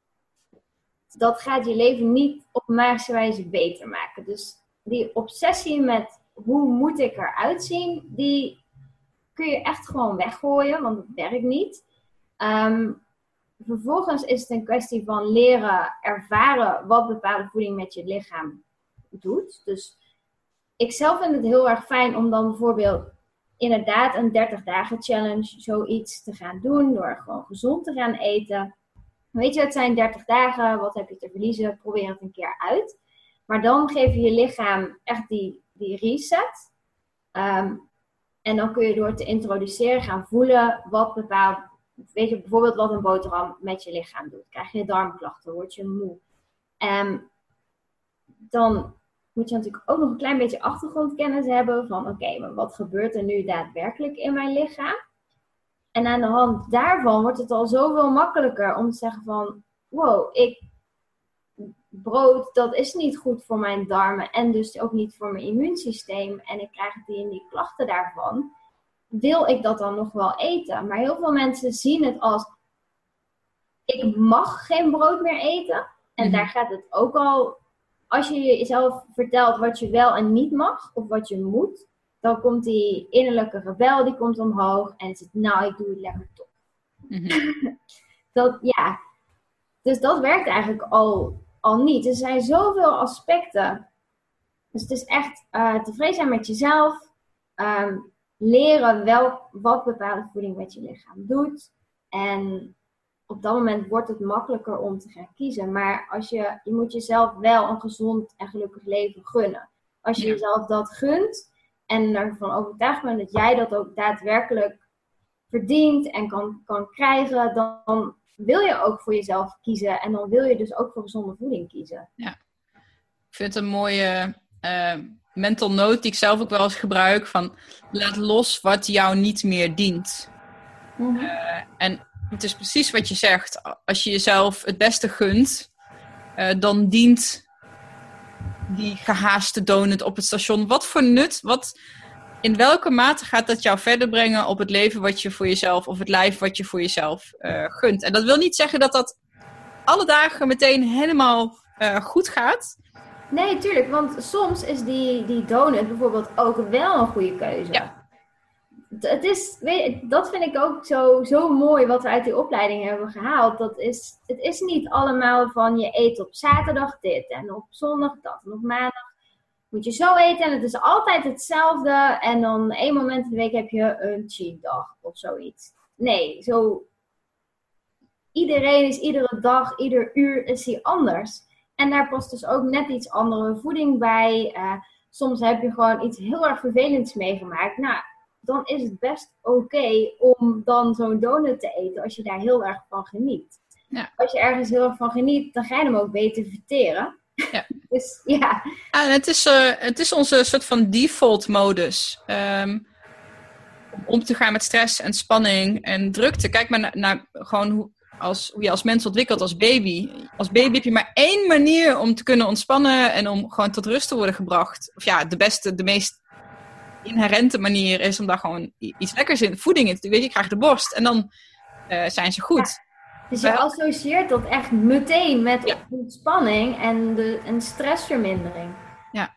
Dat gaat je leven niet op magische wijze beter maken. Dus die obsessie met hoe moet ik eruit zien, die kun je echt gewoon weggooien, want dat werkt niet. Um, vervolgens is het een kwestie van leren ervaren wat bepaalde voeding met je lichaam doet. Dus ik zelf vind het heel erg fijn om dan bijvoorbeeld inderdaad een dertig dagen challenge zoiets te gaan doen. Door gewoon gezond te gaan eten. Weet je, het zijn dertig dagen. Wat heb je te verliezen? Probeer het een keer uit. Maar dan geef je je lichaam echt die, die reset. Um, en dan kun je door te introduceren gaan voelen wat bepaald... Weet je, bijvoorbeeld wat een boterham met je lichaam doet. Krijg je darmklachten? Word je moe? Um, dan... moet je natuurlijk ook nog een klein beetje achtergrondkennis hebben van oké, okay, maar wat gebeurt er nu daadwerkelijk in mijn lichaam? En aan de hand daarvan wordt het al zoveel makkelijker om te zeggen van wow, ik brood, dat is niet goed voor mijn darmen en dus ook niet voor mijn immuunsysteem en ik krijg die en die klachten daarvan. Wil ik dat dan nog wel eten? Maar heel veel mensen zien het als ik mag geen brood meer eten. En mm-hmm. daar gaat het ook al... Als je jezelf vertelt wat je wel en niet mag, of wat je moet, dan komt die innerlijke rebel, die komt omhoog en zegt, nou, ik doe het lekker toch. Mm-hmm. dat, ja. Dus dat werkt eigenlijk al, al niet. Er zijn zoveel aspecten. Dus het is echt uh, tevreden zijn met jezelf, um, leren wel wat bepaalde voeding met je lichaam doet. En op dat moment wordt het makkelijker om te gaan kiezen. Maar als je, je moet jezelf wel een gezond en gelukkig leven gunnen. Als je ja. jezelf dat gunt en ervan overtuigd bent dat jij dat ook daadwerkelijk verdient en kan, kan krijgen, dan wil je ook voor jezelf kiezen. En dan wil je dus ook voor gezonde voeding kiezen. Ja. Ik vind het een mooie uh, mental note die ik zelf ook wel eens gebruik. Van laat los wat jou niet meer dient. Mm-hmm. Uh, en het is precies wat je zegt. Als je jezelf het beste gunt, uh, dan dient die gehaaste donut op het station. Wat voor nut, wat, in welke mate gaat dat jou verder brengen op het leven wat je voor jezelf, of het lijf wat je voor jezelf uh, gunt? En dat wil niet zeggen dat dat alle dagen meteen helemaal uh, goed gaat. Nee, tuurlijk. Want soms is die, die donut bijvoorbeeld ook wel een goede keuze. Ja. Het is, weet je, dat vind ik ook zo, zo mooi wat we uit die opleiding hebben gehaald. Dat is, het is niet allemaal van je eet op zaterdag dit en op zondag dat en op maandag moet je zo eten. En het is altijd hetzelfde en dan één moment in de week heb je een cheat dag of zoiets. Nee, zo iedereen is iedere dag, ieder uur is hij anders. En daar past dus ook net iets andere voeding bij. Uh, soms heb je gewoon iets heel erg vervelends meegemaakt. Nou, dan is het best oké okay om dan zo'n donut te eten als je daar heel erg van geniet. Ja. Als je ergens heel erg van geniet, dan ga je hem ook beter verteren. Ja. Dus ja. Ja, en het is, uh, het is onze soort van default modus. Um, om om te gaan met stress en spanning en drukte. Kijk maar naar, naar gewoon hoe, als, hoe je als mens ontwikkelt als baby. Als baby heb je maar één manier om te kunnen ontspannen en om gewoon tot rust te worden gebracht. Of ja, de beste, de meest inherente manier is om daar gewoon iets lekkers in, voeding in te doen. Weet je, je krijgt de borst en dan uh, zijn ze goed. Ja. Dus je associeert dat echt meteen met ja. ontspanning en, de, en stressvermindering. Ja.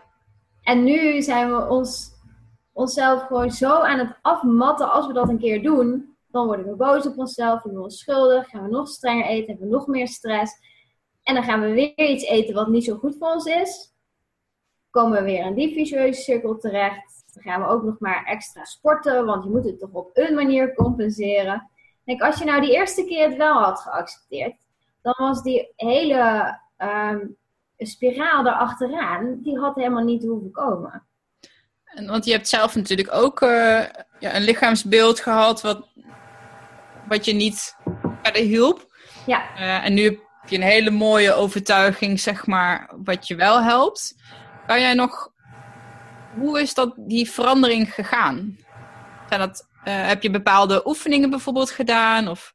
En nu zijn we ons, onszelf gewoon zo aan het afmatten als we dat een keer doen. Dan worden we boos op onszelf, voelen we ons schuldig, gaan we nog strenger eten, hebben we nog meer stress. En dan gaan we weer iets eten wat niet zo goed voor ons is. Komen we weer in die vicieuze cirkel terecht. Dan gaan we ook nog maar extra sporten, want je moet het toch op een manier compenseren. Kijk, als je nou die eerste keer het wel had geaccepteerd, dan was die hele um, spiraal erachteraan, die had helemaal niet hoeven komen. En, want je hebt zelf natuurlijk ook uh, ja, een lichaamsbeeld gehad wat, wat je niet verder hielp. Ja. Uh, en nu heb je een hele mooie overtuiging, zeg maar, wat je wel helpt. Kan jij nog, hoe is dat, die verandering gegaan? Zijn dat... Uh, heb je bepaalde oefeningen bijvoorbeeld gedaan? Of?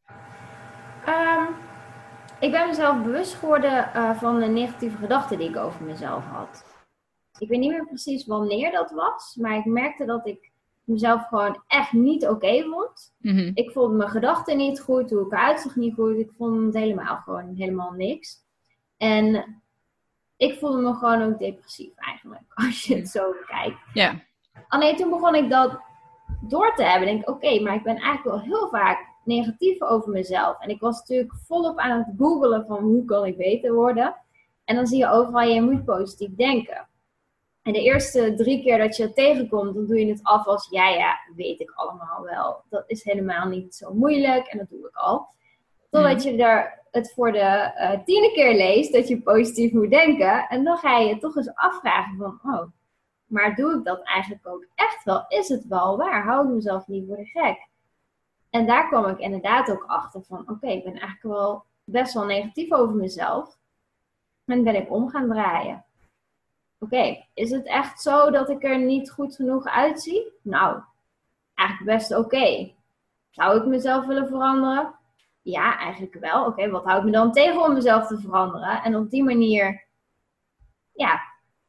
Um, ik ben mezelf bewust geworden uh, van de negatieve gedachten die ik over mezelf had. Ik weet niet meer precies wanneer dat was, maar ik merkte dat ik mezelf gewoon echt niet oké okay vond. Mm-hmm. Ik vond mijn gedachten niet goed, hoe ik eruit zag niet goed. Ik vond het helemaal gewoon helemaal niks. En ik voelde me gewoon ook depressief eigenlijk, als je het zo bekijkt. Ja. Yeah. Alleen toen begon ik dat door te hebben, denk ik, oké, okay, maar ik ben eigenlijk wel heel vaak negatief over mezelf. En ik was natuurlijk volop aan het googelen van hoe kan ik beter worden. En dan zie je overal, je moet positief denken. En de eerste drie keer dat je het tegenkomt, dan doe je het af als, ja, ja, weet ik allemaal wel. Dat is helemaal niet zo moeilijk en dat doe ik al. Totdat je er het voor de uh, tiende keer leest, dat je positief moet denken. En dan ga je je toch eens afvragen van, oh, maar doe ik dat eigenlijk ook echt wel? Is het wel waar? Hou ik mezelf niet voor de gek? En daar kwam ik inderdaad ook achter van... Oké, okay, ik ben eigenlijk wel best wel negatief over mezelf. En ben ik om gaan draaien. Oké, okay, is het echt zo dat ik er niet goed genoeg uitzie? Nou, eigenlijk best oké. Okay. Zou ik mezelf willen veranderen? Ja, eigenlijk wel. Oké, okay, wat houdt me dan tegen om mezelf te veranderen? En op die manier... Ja...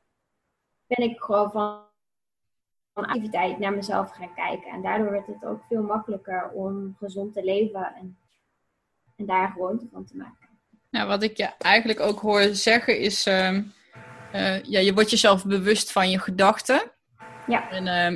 ben ik gewoon van activiteit naar mezelf gaan kijken. En daardoor werd het ook veel makkelijker om gezond te leven en, en daar een gewoonte van te maken. Nou, wat ik je eigenlijk ook hoor zeggen is, uh, uh, ja, je wordt jezelf bewust van je gedachten. Ja. En uh,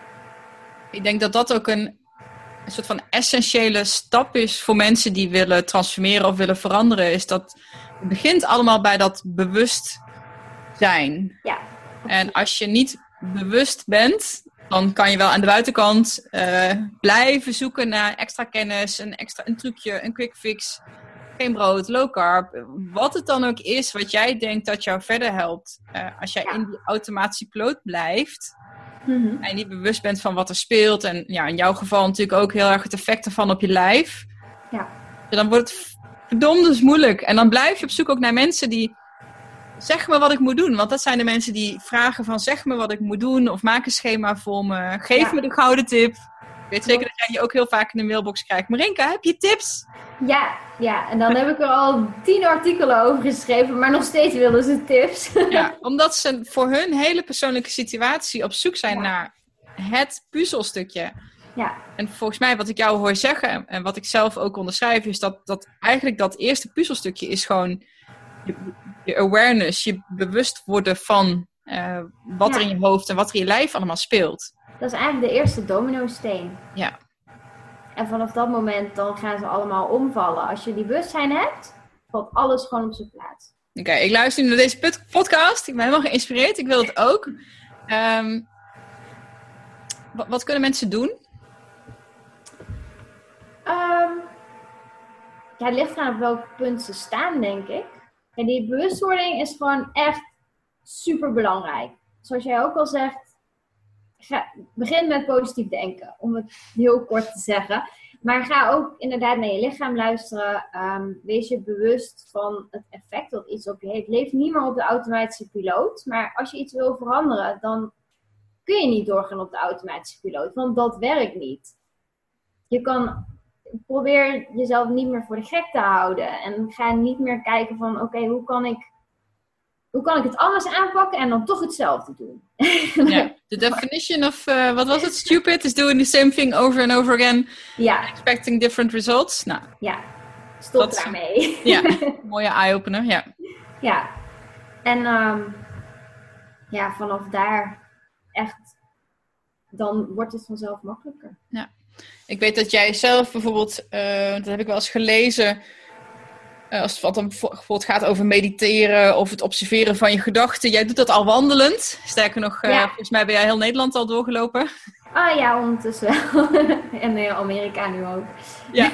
ik denk dat dat ook een, een soort van essentiële stap is voor mensen die willen transformeren of willen veranderen. Is dat het begint allemaal bij dat bewust zijn. Ja. En als je niet bewust bent, dan kan je wel aan de buitenkant uh, blijven zoeken naar extra kennis, een extra een trucje, een quick fix, geen brood, low carb. Wat het dan ook is wat jij denkt dat jou verder helpt. Uh, als jij ja. in die automatische piloot blijft mm-hmm. en niet bewust bent van wat er speelt. En ja, in jouw geval natuurlijk ook heel erg het effect ervan op je lijf. Ja. Ja, dan wordt het verdomd dus moeilijk. En dan blijf je op zoek ook naar mensen die... Zeg me wat ik moet doen. Want dat zijn de mensen die vragen van zeg me wat ik moet doen. Of maak een schema voor me. Geef ja. me de gouden tip. Ik weet zeker dat jij die ook heel vaak in de mailbox krijgt. Marinka, heb je tips? Ja, ja. En dan heb ik er al tien artikelen over geschreven. Maar nog steeds willen ze tips. Ja, omdat ze voor hun hele persoonlijke situatie op zoek zijn ja. naar het puzzelstukje. Ja. En volgens mij wat ik jou hoor zeggen. En wat ik zelf ook onderschrijf. Is dat, dat eigenlijk dat eerste puzzelstukje is gewoon... Je, je awareness, je bewust worden van uh, wat ja. er in je hoofd en wat er in je lijf allemaal speelt. Dat is eigenlijk de eerste domino-steen. Ja. En vanaf dat moment dan gaan ze allemaal omvallen. Als je die bewustzijn hebt, valt alles gewoon op zijn plaats. Oké, okay, ik luister nu naar deze podcast. Ik ben helemaal geïnspireerd. Ik wil het ook. Um, wat, wat kunnen mensen doen? Um, ja, het ligt eraan op welk punt ze staan, denk ik. En die bewustwording is gewoon echt super belangrijk. Zoals jij ook al zegt, ga, begin met positief denken. Om het heel kort te zeggen. Maar ga ook inderdaad naar je lichaam luisteren. Um, wees je bewust van het effect dat iets op je heeft. Leef niet meer op de automatische piloot. Maar als je iets wil veranderen, dan kun je niet doorgaan op de automatische piloot. Want dat werkt niet. Je kan... Probeer jezelf niet meer voor de gek te houden. En ga niet meer kijken van... Oké, okay, hoe kan ik... Hoe kan ik het anders aanpakken en dan toch hetzelfde doen? Ja, the definition of, uh, wat was het? Stupid is doing the same thing over and over again. Ja. Expecting different results. Nou, ja, stop dat, daarmee. Ja, mooie eye-opener, ja. Ja, en um, ja, vanaf daar echt, dan wordt het vanzelf makkelijker. Ja, ik weet dat jij zelf bijvoorbeeld, uh, dat heb ik wel eens gelezen... Uh, als het dan bijvoorbeeld gaat over mediteren of het observeren van je gedachten. Jij doet dat al wandelend. Sterker nog, uh, ja. volgens mij ben jij heel Nederland al doorgelopen. Ah ja, ondertussen wel. En uh, Amerika nu ook. Ja.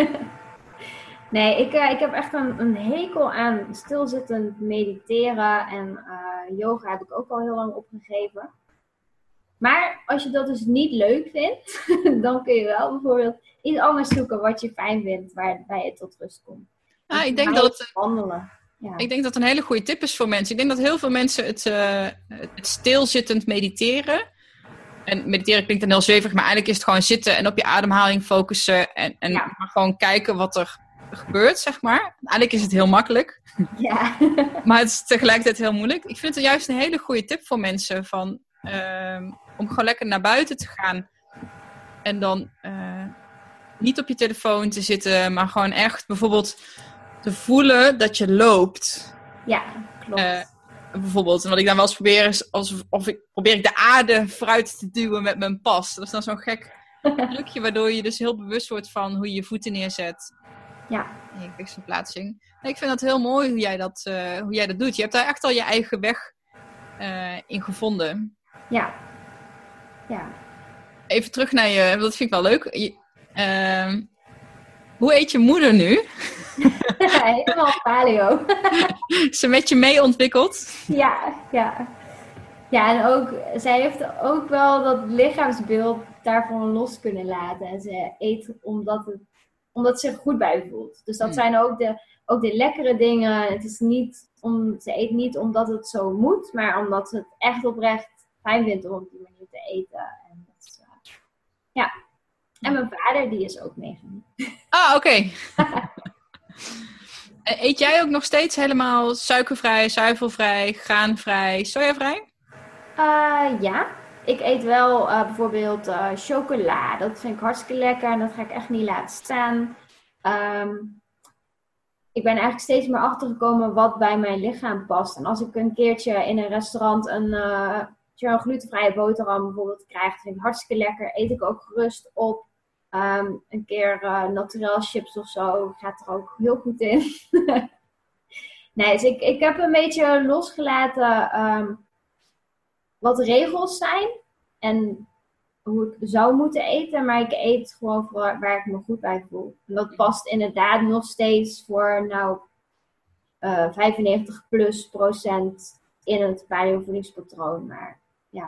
Nee, ik, uh, ik heb echt een, een hekel aan stilzittend mediteren. En uh, yoga heb ik ook al heel lang opgegeven. Maar als je dat dus niet leuk vindt, dan kun je wel bijvoorbeeld iets anders zoeken wat je fijn vindt, waarbij je tot rust komt. Ah, ik denk dat het, wandelen. Ja. Ik denk dat het een hele goede tip is voor mensen. Ik denk dat heel veel mensen het, uh, het stilzittend mediteren. En mediteren klinkt dan heel zweverig, maar eigenlijk is het gewoon zitten en op je ademhaling focussen. En, en ja. gewoon kijken wat er gebeurt, zeg maar. Eigenlijk is het heel makkelijk. Ja. Maar het is tegelijkertijd heel moeilijk. Ik vind het juist een hele goede tip voor mensen. Van, uh, om gewoon lekker naar buiten te gaan. En dan uh, niet op je telefoon te zitten, maar gewoon echt bijvoorbeeld... te voelen dat je loopt. Ja, klopt. Uh, bijvoorbeeld, en wat ik dan wel eens probeer is... Alsof, of ik, probeer ik de aarde vooruit te duwen met mijn pas. Dat is dan zo'n gek trucje... waardoor je dus heel bewust wordt van hoe je je voeten neerzet. Ja. En je gewichtsverplaatsing. Ik vind dat heel mooi hoe jij dat, uh, hoe jij dat doet. Je hebt daar echt al je eigen weg uh, in gevonden. Ja. Ja. Even terug naar je... Dat vind ik wel leuk. Je, uh, hoe eet je moeder nu? Ja, helemaal paleo. Ze met je mee ontwikkeld? Ja, ja. Ja, en ook, zij heeft ook wel dat lichaamsbeeld daarvan los kunnen laten. En ze eet omdat, het, omdat ze zich goed bij voelt. Dus dat hmm. zijn ook de, ook de lekkere dingen. Het is niet om, ze eet niet omdat het zo moet, maar omdat ze het echt oprecht fijn vindt om op die manier te eten. En dat is, uh, ja. En mijn vader, die is ook meegegaan. Ah, oké. Okay. Eet jij ook nog steeds helemaal suikervrij, zuivelvrij, graanvrij, sojavrij? Uh, ja, ik eet wel uh, bijvoorbeeld uh, chocola. Dat vind ik hartstikke lekker en dat ga ik echt niet laten staan. Um, ik ben eigenlijk steeds meer achtergekomen wat bij mijn lichaam past. En als ik een keertje in een restaurant een, uh, een glutenvrije boterham bijvoorbeeld krijg, vind ik hartstikke lekker. Eet ik ook gerust op. Um, een keer uh, naturel chips of zo gaat er ook heel goed in. Nee, dus ik, ik heb een beetje losgelaten um, wat regels zijn en hoe ik zou moeten eten, maar ik eet gewoon voor waar ik me goed bij voel. En dat past inderdaad nog steeds voor nou uh, vijfennegentig plus procent in het paleovoedingspatroon, maar ja.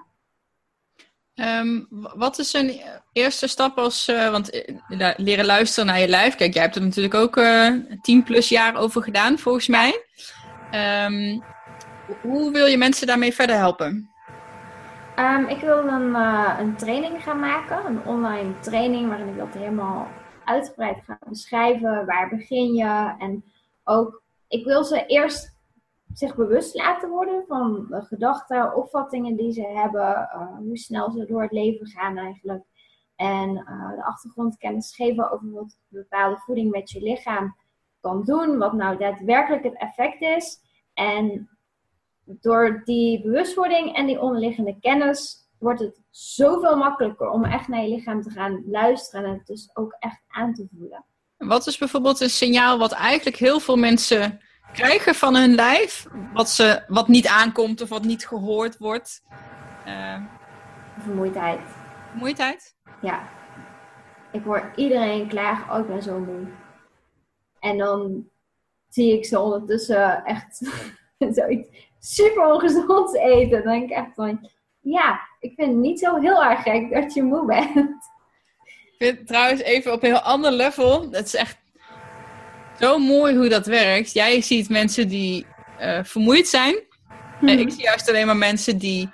Um, wat is een eerste stap als, uh, want uh, leren luisteren naar je lijf. Kijk, jij hebt er natuurlijk ook uh, tien plus jaar over gedaan, volgens mij. Um, hoe wil je mensen daarmee verder helpen? Um, ik wil een, uh, een training gaan maken, een online training waarin ik dat helemaal uitgebreid ga beschrijven. Waar begin je? En ook, ik wil ze eerst zich bewust laten worden van de gedachten, opvattingen die ze hebben, uh, hoe snel ze door het leven gaan eigenlijk. En uh, de achtergrondkennis geven over wat bepaalde voeding met je lichaam kan doen, wat nou daadwerkelijk het effect is. En door die bewustwording en die onderliggende kennis wordt het zoveel makkelijker om echt naar je lichaam te gaan luisteren en het dus ook echt aan te voelen. Wat is bijvoorbeeld een signaal wat eigenlijk heel veel mensen krijgen van hun lijf, wat, ze, wat niet aankomt of wat niet gehoord wordt? Uh... Vermoeidheid. Vermoeidheid? Ja. Ik hoor iedereen klagen, oh ik ben zo moe. En dan zie ik ze ondertussen echt zoiets super ongezonds eten. Dan denk ik echt van, ja, ik vind het niet zo heel erg gek dat je moe bent. vind het trouwens even op een heel ander level. Het is echt zo mooi hoe dat werkt. Jij ziet mensen die uh, vermoeid zijn. Mm-hmm. En ik zie juist alleen maar mensen die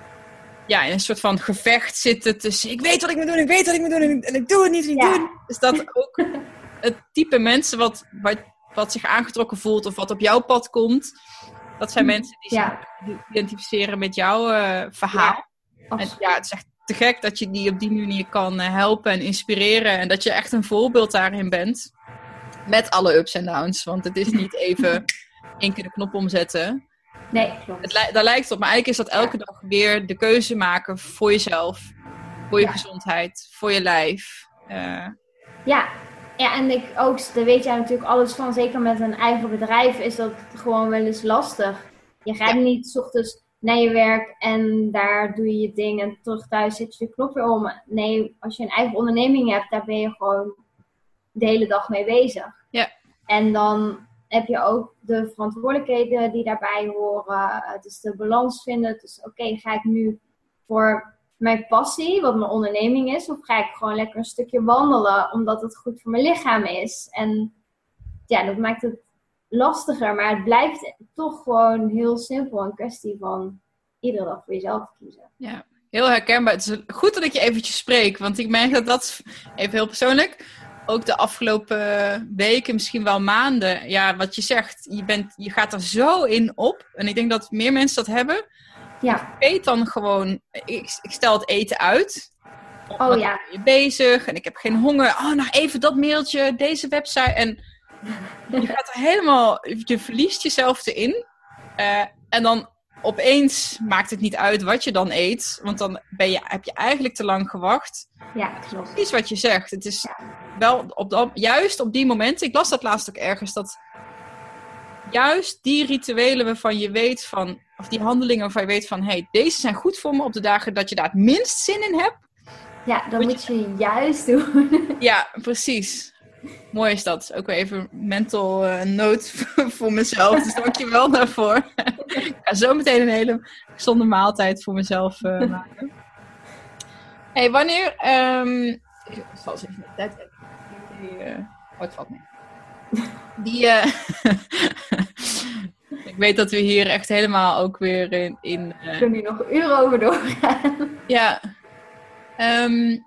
ja, in een soort van gevecht zitten tussen ik weet wat ik moet doen, ik weet wat ik moet doen en ik, en ik doe het niet en ik ja. doe het niet. Dus dat ook het type mensen wat, wat, wat zich aangetrokken voelt of wat op jouw pad komt, dat zijn mensen die ja. zich identificeren met jouw uh, verhaal. Ja, en ja, het is echt te gek dat je die op die manier kan uh, helpen en inspireren en dat je echt een voorbeeld daarin bent. Met alle ups en downs, want het is niet even één keer de knop omzetten. Nee, klopt. Het li- daar lijkt het op, maar eigenlijk is dat elke ja. dag weer de keuze maken voor jezelf, voor je ja. gezondheid, voor je lijf. Uh... Ja. ja, en ik ook, daar weet jij natuurlijk alles van, zeker met een eigen bedrijf is dat gewoon wel eens lastig. Je gaat ja. niet 's ochtends naar je werk en daar doe je je ding en terug thuis zet je de knop weer om. Nee, als je een eigen onderneming hebt, daar ben je gewoon de hele dag mee bezig. Ja. En dan heb je ook de verantwoordelijkheden die daarbij horen. Het is de balans vinden. Dus oké, okay, ga ik nu voor mijn passie, wat mijn onderneming is, of ga ik gewoon lekker een stukje wandelen, omdat het goed voor mijn lichaam is. En ja, dat maakt het lastiger, maar het blijft toch gewoon heel simpel. Een kwestie van iedere dag voor jezelf kiezen. Ja, heel herkenbaar. Het is goed dat ik je eventjes spreek, want ik merk dat dat, even heel persoonlijk, ook de afgelopen weken, misschien wel maanden, ja, wat je zegt, je, bent, je gaat er zo in op. En ik denk dat meer mensen dat hebben. Ja. Ik eet dan gewoon, ik, ik stel het eten uit. Oh ja. Ik ben bezig en ik heb geen honger. Oh, nog even dat mailtje, deze website. En je gaat er helemaal, je verliest jezelf erin. Uh, en dan opeens maakt het niet uit wat je dan eet. Want dan ben je, heb je eigenlijk te lang gewacht. Ja, klopt. Precies wat je zegt. Het is ja. wel op de, juist op die momenten. Ik las dat laatst ook ergens. Dat juist die rituelen waarvan je weet van, of die handelingen waarvan je weet van, hé, hey, deze zijn goed voor me op de dagen dat je daar het minst zin in hebt. Ja, dan moet je, je juist doen. Ja, precies. Mooi is dat. Ook weer even mental uh, note voor mezelf. Dus dank je wel daarvoor. Ik ga zo meteen een hele gezonde maaltijd voor mezelf uh, maken. Hé, hey, wanneer... Um, ik zal eens even de tijd kijken. Die, uh, oh, het valt mee. Die... Uh, ik weet dat we hier echt helemaal ook weer in... in uh, we kunnen hier nog uren over doorgaan. Ja. Um,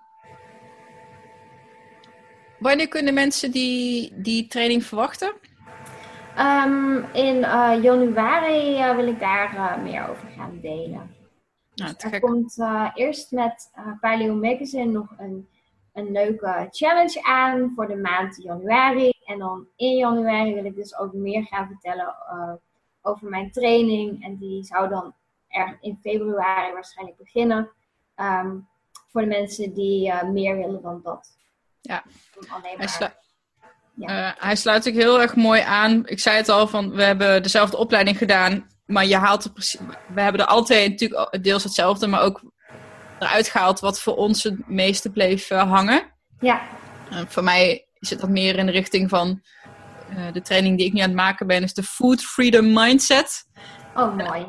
wanneer kunnen mensen die, die training verwachten? Um, in uh, januari uh, wil ik daar uh, meer over gaan delen. Nou, dus er gek. komt uh, eerst met uh, Paleo Magazine nog een, een leuke challenge aan voor de maand januari. En dan in januari wil ik dus ook meer gaan vertellen uh, over mijn training. En die zou dan er in februari waarschijnlijk beginnen. Um, voor de mensen die uh, meer willen dan dat. Ja, alleen maar, hij, slu- ja. uh, hij sluit ook heel erg mooi aan. Ik zei het al, van we hebben dezelfde opleiding gedaan. Maar je haalt er precies... We hebben er altijd natuurlijk deels hetzelfde, maar ook eruit gehaald wat voor ons het meeste bleef uh, hangen. Ja. Uh, voor mij zit dat meer in de richting van uh, de training die ik nu aan het maken ben, is de Food Freedom Mindset. Oh, mooi.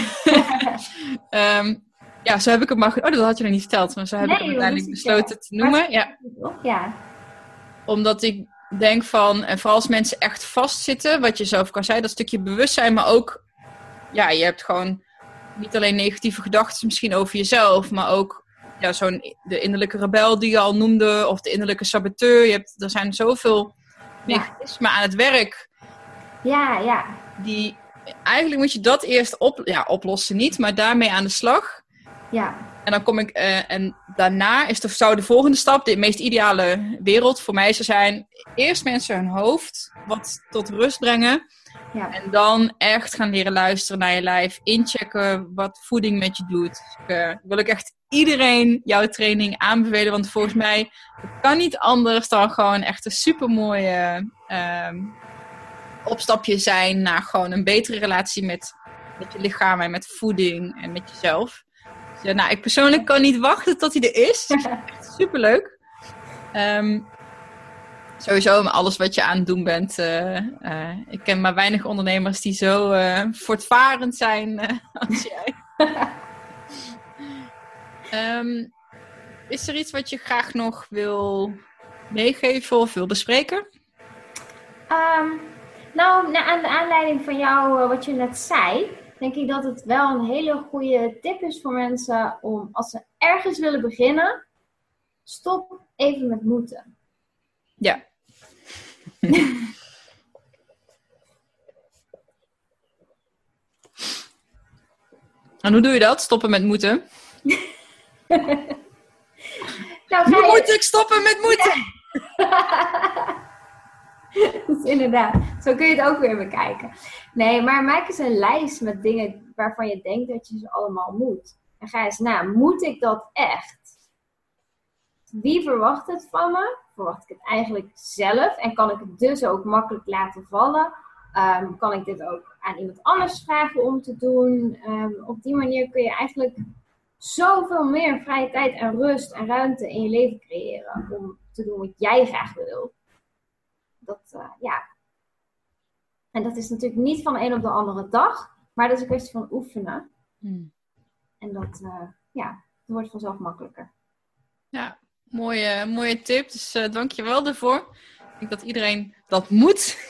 um, ja, zo heb ik het maar... Oh, dat had je nog niet verteld, maar zo heb nee, ik hem uiteindelijk ik, besloten ja. te noemen. Ja. ja. Omdat ik denk van, en vooral als mensen echt vastzitten, wat je zelf kan zeggen, dat stukje bewustzijn, maar ook, ja, je hebt gewoon niet alleen negatieve gedachten misschien over jezelf, maar ook ja, zo'n de innerlijke rebel die je al noemde, of de innerlijke saboteur. Je hebt, er zijn zoveel mechanismen ja. aan het werk. Ja, ja. Die, eigenlijk moet je dat eerst op, ja, oplossen niet, maar daarmee aan de slag. Ja. En dan kom ik, uh, en daarna is de, zou de volgende stap, de meest ideale wereld voor mij zou zijn, eerst mensen hun hoofd wat tot rust brengen. Ja. En dan echt gaan leren luisteren naar je lijf, inchecken wat voeding met je doet. Dus ik, uh, wil ik echt iedereen jouw training aanbevelen, want volgens mij het kan niet anders dan gewoon echt een supermooie uh, opstapje zijn naar gewoon een betere relatie met, met je lichaam en met voeding en met jezelf. Ja, nou, ik persoonlijk kan niet wachten tot hij er is. Echt superleuk. Um, sowieso met alles wat je aan het doen bent. Uh, uh, ik ken maar weinig ondernemers die zo uh, voortvarend zijn uh, als jij. um, is er iets wat je graag nog wil meegeven of wil bespreken? Um, nou, na, aan de aanleiding van jou, uh, wat je net zei, denk ik dat het wel een hele goede tip is voor mensen om, als ze ergens willen beginnen, stop even met moeten. Ja. En hoe doe je dat? Stoppen met moeten? Nou, nu je... moet ik stoppen met moeten! Dus inderdaad, zo kun je het ook weer bekijken. Nee, maar maak eens een lijst met dingen waarvan je denkt dat je ze allemaal moet. En ga eens na, moet ik dat echt? Wie verwacht het van me? Verwacht ik het eigenlijk zelf? En kan ik het dus ook makkelijk laten vallen? Um, kan ik dit ook aan iemand anders vragen om te doen? Um, op die manier kun je eigenlijk zoveel meer vrije tijd en rust en ruimte in je leven creëren. Om te doen wat jij graag wil. Dat, uh, ja. En dat is natuurlijk niet van de een op de andere dag. Maar dat is een kwestie van oefenen. Hmm. En dat, uh, ja, dat wordt vanzelf makkelijker. Ja, mooie, mooie tip. Dus uh, dank je wel daarvoor. Ik denk dat iedereen dat moet.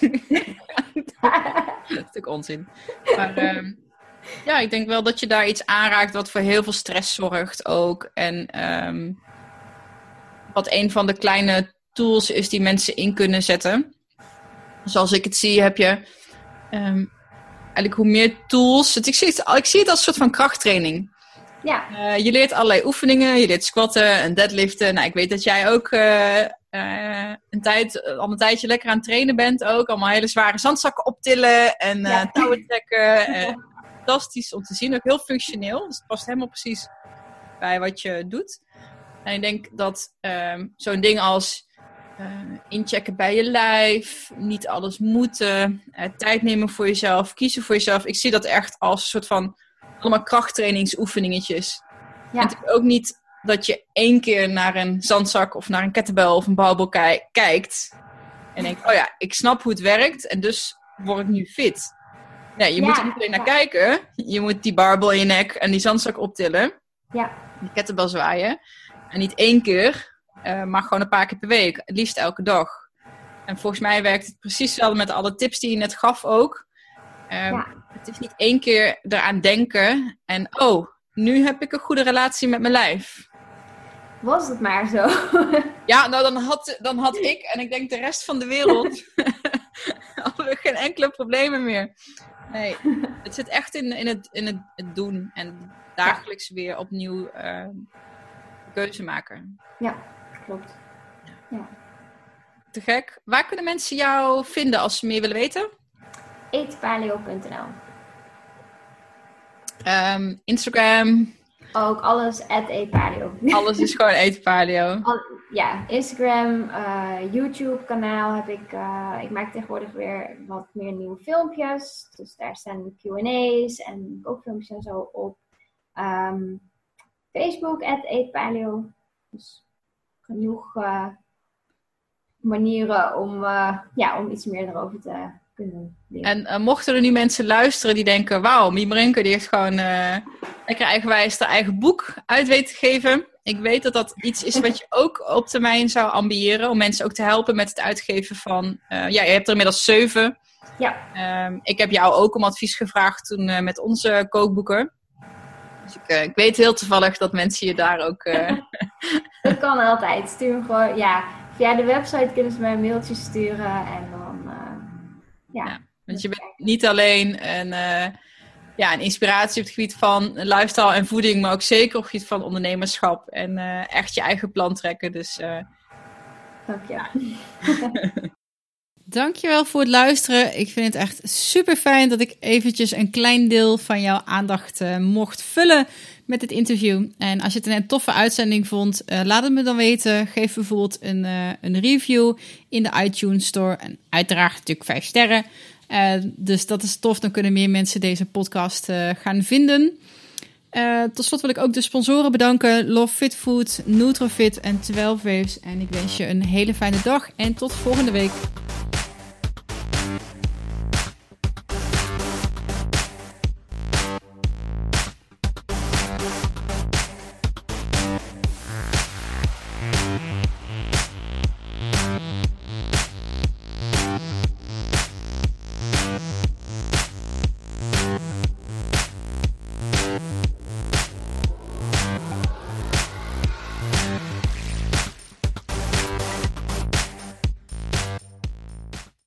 Dat is natuurlijk onzin. Maar uh, ja, ik denk wel dat je daar iets aanraakt wat voor heel veel stress zorgt ook. En um, wat een van de kleine tools is die mensen in kunnen zetten. Zoals ik het zie, heb je um, eigenlijk hoe meer tools. Het, ik, zie het, ik zie het als een soort van krachttraining. Ja. Uh, je leert allerlei oefeningen. Je leert squatten en deadliften. Nou, ik weet dat jij ook uh, uh, een tijd, al een tijdje lekker aan het trainen bent ook. Allemaal hele zware zandzakken optillen en uh, ja. touwen trekken. Uh, fantastisch om te zien. Ook heel functioneel. Dus het past helemaal precies bij wat je doet. En ik denk dat um, zo'n ding als uh, inchecken bij je lijf, niet alles moeten, uh, tijd nemen voor jezelf, kiezen voor jezelf. Ik zie dat echt als een soort van allemaal krachttrainingsoefeningetjes. Ja. En het is ook niet dat je één keer naar een zandzak of naar een kettlebell of een barbell ki- kijkt en denkt, oh ja, ik snap hoe het werkt en dus word ik nu fit. Nee, je ja. moet er niet alleen naar kijken. Je moet die barbell in je nek en die zandzak optillen. Ja. Die kettlebell zwaaien. En niet één keer, uh, maar gewoon een paar keer per week. Het liefst elke dag. En volgens mij werkt het precies hetzelfde met alle tips die je net gaf ook. Uh, ja. Het is niet één keer eraan denken. En oh, nu heb ik een goede relatie met mijn lijf. Was het maar zo. Ja, nou dan had, dan had ik en ik denk de rest van de wereld hadden we geen enkele problemen meer. Nee, het zit echt in, in, het, in het, het doen. En dagelijks ja. weer opnieuw uh, keuze maken. Ja, klopt. Ja. Te gek. Waar kunnen mensen jou vinden als ze meer willen weten? eetpaleo punt n l um, Instagram. Ook alles at eetpaleo. Alles is gewoon eetpaleo. Al, ja, Instagram, uh, YouTube kanaal heb ik. Uh, ik maak tegenwoordig weer wat meer nieuwe filmpjes. Dus daar staan Q en A's en ook filmpjes en zo op. Um, Facebook at eetpaleo. Dus genoeg uh, manieren om, uh, ja, om iets meer erover te kunnen leren. En uh, mochten er nu mensen luisteren die denken, wauw, Mie Marinke die heeft gewoon uh, lekker eigenwijs haar eigen boek uit weten te geven. Ik weet dat dat iets is wat je ook op termijn zou ambiëren. Om mensen ook te helpen met het uitgeven van... Uh, ja, je hebt er inmiddels zeven. Ja. Um, ik heb jou ook om advies gevraagd toen uh, met onze kookboeken. Dus ik, uh, ik weet heel toevallig dat mensen je daar ook... Uh... Dat kan altijd. Stuur me gewoon... Ja, via de website kunnen ze mij een mailtje sturen en dan... Uh, ja. ja. Want je bent niet alleen een, uh, ja, een inspiratie op het gebied van lifestyle en voeding, maar ook zeker op het gebied van ondernemerschap en uh, echt je eigen plan trekken. Dus, uh, Dank je. Dankjewel voor het luisteren. Ik vind het echt super fijn dat ik eventjes een klein deel van jouw aandacht uh, mocht vullen met dit interview. En als je het een toffe uitzending vond, uh, laat het me dan weten. Geef bijvoorbeeld een, uh, een review in de iTunes Store. En uiteraard natuurlijk vijf sterren. Uh, dus dat is tof. Dan kunnen meer mensen deze podcast uh, gaan vinden. Uh, tot slot wil ik ook de sponsoren bedanken. Love Fit Food, Nutrofit en twaalf Waves. En ik wens je een hele fijne dag en tot volgende week.